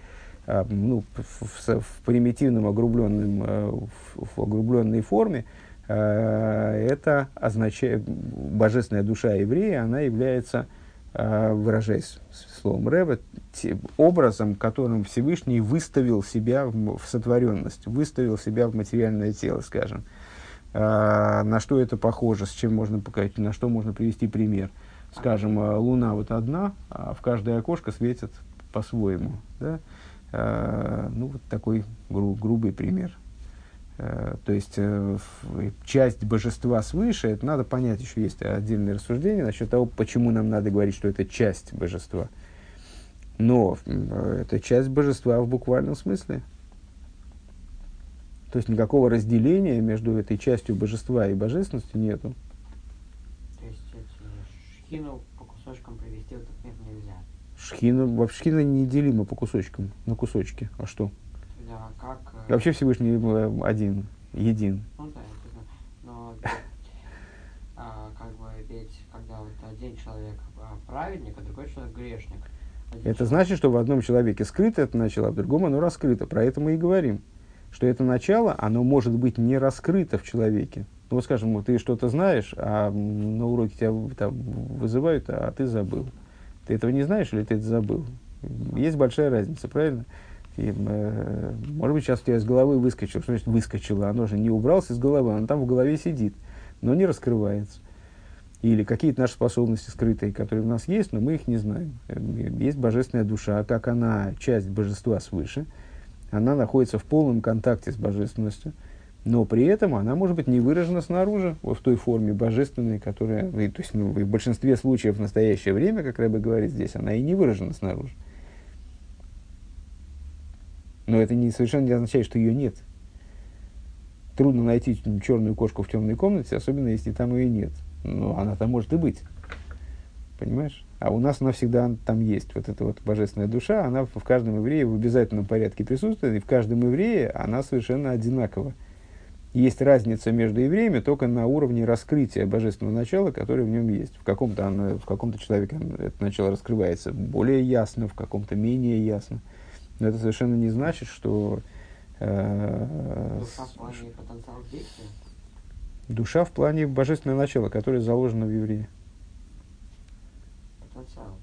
A: В примитивном, огрубленной форме это означает, божественная душа еврея, она является, выражаясь словом Ребе, образом, которым Всевышний выставил себя в сотворенность, выставил себя в материальное тело, скажем. На что это похоже, с чем можно показать, на что можно привести пример. Скажем, Луна вот одна, а в каждое окошко светит по-своему. Да? Вот такой грубый пример. То есть, часть божества свыше, это надо понять, еще есть отдельное рассуждение насчет того, почему нам надо говорить, что это часть божества. Но это часть божества в буквальном смысле. То есть, никакого разделения между этой частью божества и божественностью нету.
B: То есть, шхину по кусочкам привести в этот мир нельзя?
A: Шхина неделима по кусочкам, на кусочки. А что?
B: Да, как...
A: Вообще Всевышний един.
B: Ну да, это знаю. Но ведь когда вот один человек праведник, а другой человек грешник.
A: Это значит, что в одном человеке скрыто это начало, а в другом оно раскрыто. Про это мы и говорим. Что это начало, оно может быть не раскрыто в человеке. Ну, вот скажем, ты что-то знаешь, а на уроке тебя там вызывают, а ты забыл. Ты этого не знаешь или ты это забыл? Есть большая разница, правильно? И, может быть, сейчас у тебя из головы выскочило. Что значит выскочило? Оно же не убралось из головы, оно там в голове сидит, но не раскрывается. Или какие-то наши способности скрытые, которые у нас есть, но мы их не знаем. Есть божественная душа, как она часть божества свыше, она находится в полном контакте с божественностью, но при этом она может быть не выражена снаружи, в той форме божественной, которая, то есть, в большинстве случаев в настоящее время, как Рэбе говорит здесь, она и не выражена снаружи. Но это совершенно не означает, что ее нет. Трудно найти черную кошку в темной комнате, особенно если там ее нет. Но она там может и быть. Понимаешь? А у нас она всегда там есть. Вот эта вот божественная душа, она в каждом еврее в обязательном порядке присутствует, и в каждом еврее она совершенно одинакова. Есть разница между евреями только на уровне раскрытия божественного начала, которое в нем есть. В каком-то человеке это начало раскрывается более ясно, в каком-то менее ясно. Но это совершенно не значит, что...
B: Душа в плане потенциал действия?
A: Душа в плане божественного начала, которое заложено в еврее.
B: Потенциал.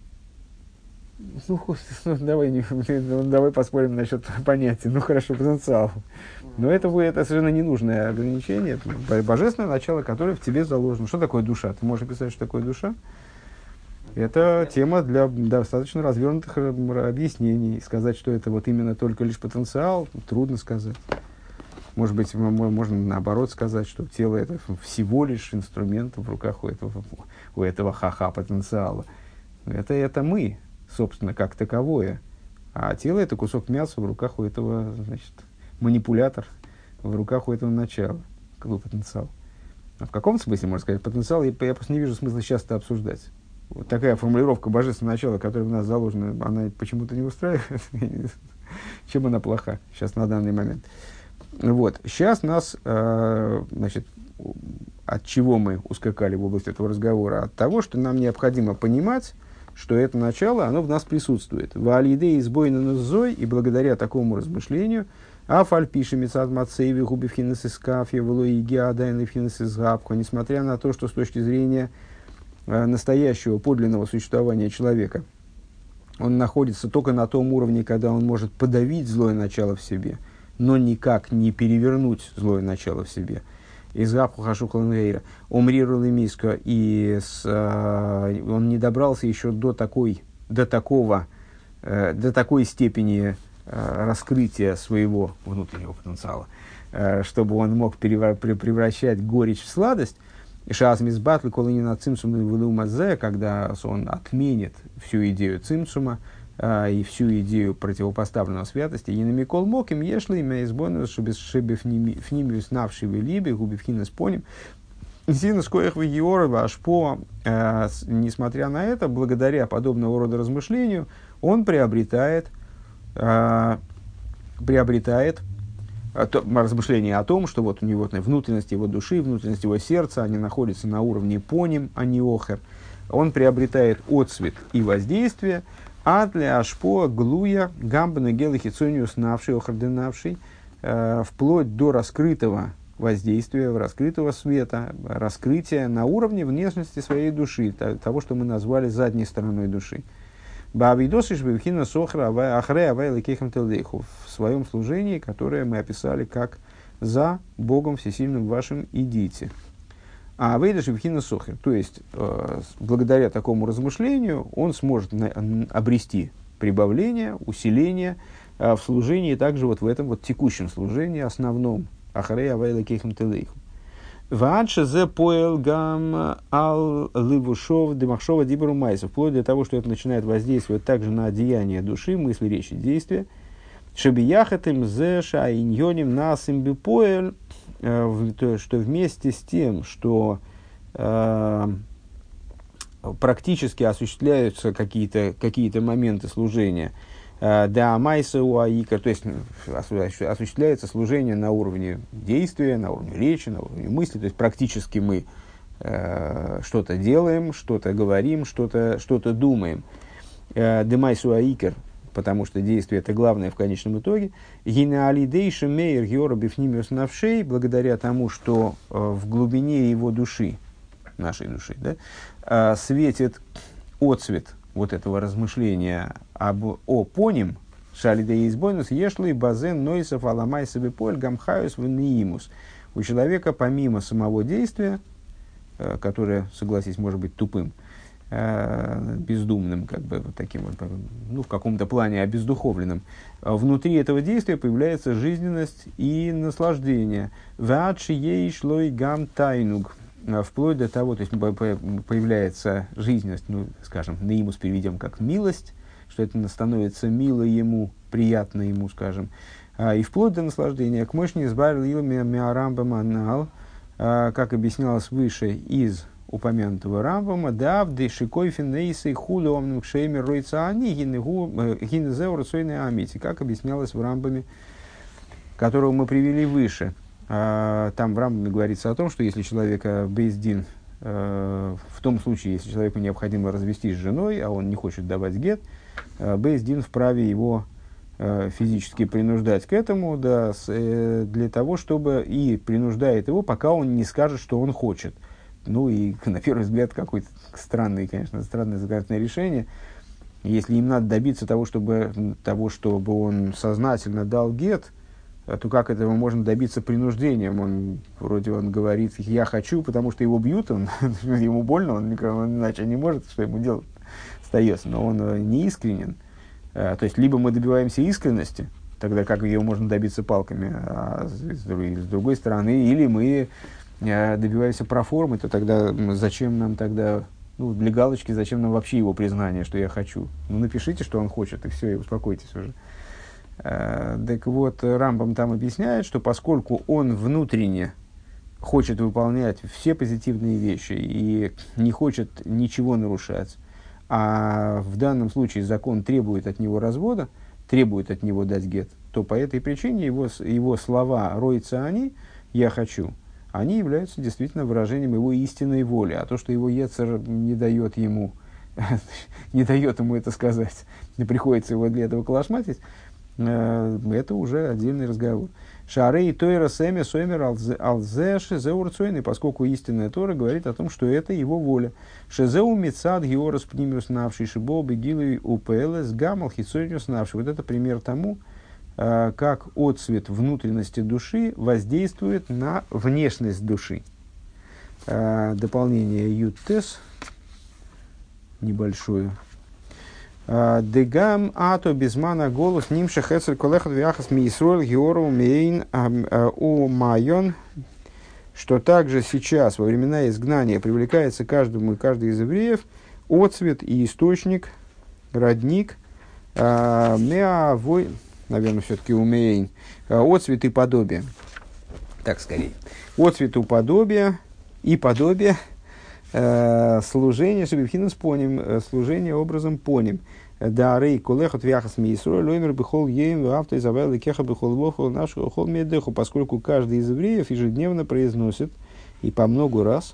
A: Давай поспорим насчет понятия. Ну хорошо, потенциал. Но это совершенно ненужное ограничение. Это божественное начало, которое в тебе заложено. Что такое душа? Ты можешь описать, что такое душа? Это тема для достаточно развернутых объяснений. Сказать, что это вот именно только лишь потенциал, трудно сказать. Может быть, можно наоборот сказать, что тело это всего лишь инструмент в руках у этого ха-ха потенциала. Это мы, собственно, как таковое. А тело это кусок мяса в руках у этого, значит, манипулятор в руках у этого начала. Какой потенциал? А в каком смысле, можно сказать, потенциал, я просто не вижу смысла сейчас это обсуждать. Вот такая формулировка божественного начала, которая в нас заложена, она почему-то не устраивает. Чем она плоха сейчас на данный момент? Вот. Сейчас нас, значит, от чего мы ускакали в область этого разговора? От того, что нам необходимо понимать, что это начало, оно в нас присутствует. Ваалидей избойна назой, и благодаря такому размышлению, афальпиши мецад мацееви губи вхинес искафья, влои геадайны вхинес изгабха, несмотря на то, что с точки зрения настоящего подлинного существования человека, он находится только на том уровне, когда он может подавить злое начало в себе, но никак не перевернуть злое начало в себе. Из Гапхашухлангейра умриру лемиско, и он не добрался еще до такой степени раскрытия своего внутреннего потенциала, чтобы он мог превращать горечь в сладость. Шаасмисбатл колонина цимсум и когда он отменит всю идею цимсума и всю идею противопоставленного святости, и намекол моким ешли имя избонус, чтобы фнимиус навши либе губивхинес поним, Зинус коэх вегиорова ашпо, несмотря на это, благодаря подобного рода размышлению, он приобретает размышление о том, что вот у него внутренность его души, внутренность его сердца, они находятся на уровне поним, а не охер. Он приобретает отцвет и воздействие, атля ашпо глуя гамбана гелахицониус навший охарденавший, вплоть до раскрытого воздействия, раскрытого света, раскрытия на уровне внешности своей души, того, что мы назвали задней стороной души. В своем служении, которое мы описали как «за Богом Всесильным вашим идите». А выйдешь в хина сохер, то есть благодаря такому размышлению он сможет обрести прибавление, усиление в служении, также вот в этом вот текущем служении основном. Ахарей авайла кейхам телейху. Ваадше зе поэл гам ал ливушов демахшова дибару майса. Вплоть до того, что это начинает воздействовать также на деяния души, мысли, речи, действия. Шебияхатым зе шаиньоним насым бипоэль. Что вместе с тем, что практически осуществляются какие-то моменты служения, да майса уаика, то есть осуществляется служение на уровне действия, на уровне речи, на уровне мысли, то есть практически мы что-то делаем, что-то говорим, что-то думаем. Демайсу аикер, потому что действие это главное в конечном итоге. Гинеалидейши мейер геора бифнимиус навшей, благодаря тому, что в глубине его души, нашей души, да, светит отцвет вот этого размышления о поним, шалидей избойнус, ешлый базен нойсов аламай себе поль гамхаюс вниимус. У человека помимо самого действия, которое, согласись, может быть тупым, бездумным, как бы вот таким вот, ну, в каком-то плане обездуховленным, внутри этого действия появляется жизненность и наслаждение. Ваадши ей шлой гам тайнуг. Вплоть до того, то есть появляется жизненность, ну, скажем, наимус переведем как милость, что это становится мило ему, приятно ему, скажем, и вплоть до наслаждения. К мощи избавил илами миарамба манал, как объяснялось выше из упомянутого Рамбама, да, в дешикойфин нейсы хулиомным кшеймер ройцаани гинезеу рацойной амити, как объяснялось в Рамбаме, которого мы привели выше. Там в Рамбаме говорится о том, что если человека бейздин, в том случае, если человеку необходимо развестись с женой, а он не хочет давать гет, бейздин вправе его физически принуждать к этому, да, для того, чтобы и принуждает его, пока он не скажет, что он хочет. Ну и, на первый взгляд, какое-то странное законодательное решение. Если им надо добиться того, чтобы он сознательно дал гет, то как этого можно добиться принуждением? Он говорит, я хочу, потому что его бьют, ему больно, он иначе не может, что ему делать остается. Но он не искренен. То есть, либо мы добиваемся искренности, тогда как ее можно добиться палками, а с другой стороны, или мы добиваемся проформы, то тогда зачем нам тогда, ну, для галочки, зачем нам вообще его признание, что я хочу? Ну, напишите, что он хочет, и все, и успокойтесь уже. Так вот, Рамбам там объясняет, что поскольку он внутренне хочет выполнять все позитивные вещи и не хочет ничего нарушать, а в данном случае закон требует от него развода, требует от него дать гет, то по этой причине его слова «роется они», «я хочу», они являются действительно выражением его истинной воли, а то, что его Йецер не дает ему это сказать, и приходится его для этого колошматить, это уже отдельный разговор. Шарей Тойра Сэми Соймер Алзеши Зеурцойный, поскольку истинная Тора говорит о том, что это его воля. Шезеу Мицад Георас Пнимиус Навший Шибол Бегилой УПЛС Гамал Хитсониус Навший. Вот это пример тому, как отцвет внутренности души воздействует на внешность души. Дополнение Ютес небольшое. Дегам ато безмана голос нимша хецель колехат вяхас миисроль геору мейн у майон, что также сейчас во времена изгнания привлекается каждый из евреев отцвет и источник, родник, наверное, все-таки умейн, отцвет и подобие. Так скорее. Отцвет и подобие, и подобие служения, шебифхинас поним, служение образом поним. Да, рей, колехот вяхас мисру, лоймер бихол ейм, авто изавел и кеха бихол вохол нашу хол медеху, поскольку каждый из евреев ежедневно произносит, и по много раз,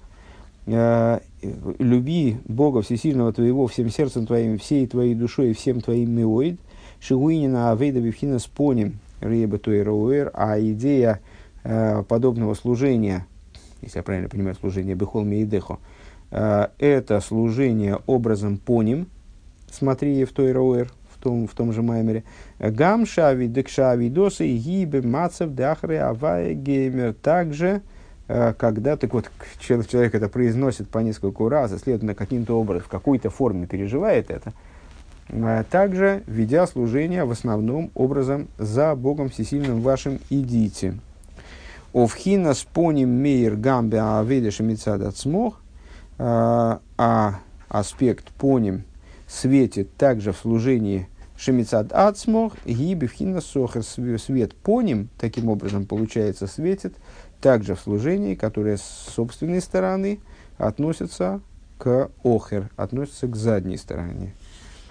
A: люби Бога Всесильного твоего всем сердцем твоим, всей твоей душой и всем твоим миоид, шигуинина авейда бифхинас поним, рейба туэроуэр, а идея подобного служения, если я правильно понимаю, служение бихол мейдеху, это служение образом поним, смотри в туэроуэр, в том же маймере, гам шави декшави досы гибе мацев дахре авая геймер, также когда так вот, человек это произносит по нескольку раз, и, следовательно, каким-то образом, в какой-то форме переживает это, также, ведя служение в основном образом за Богом Всесильным вашим идите. Овхина споним мейр гамбе аведа шемицад ацмох, а аспект поним светит также в служении шемицад ацмох, гиби вхина сохер, свет поним, таким образом, получается, светит также в служении, которое с собственной стороны относится к охер, относится к задней стороне.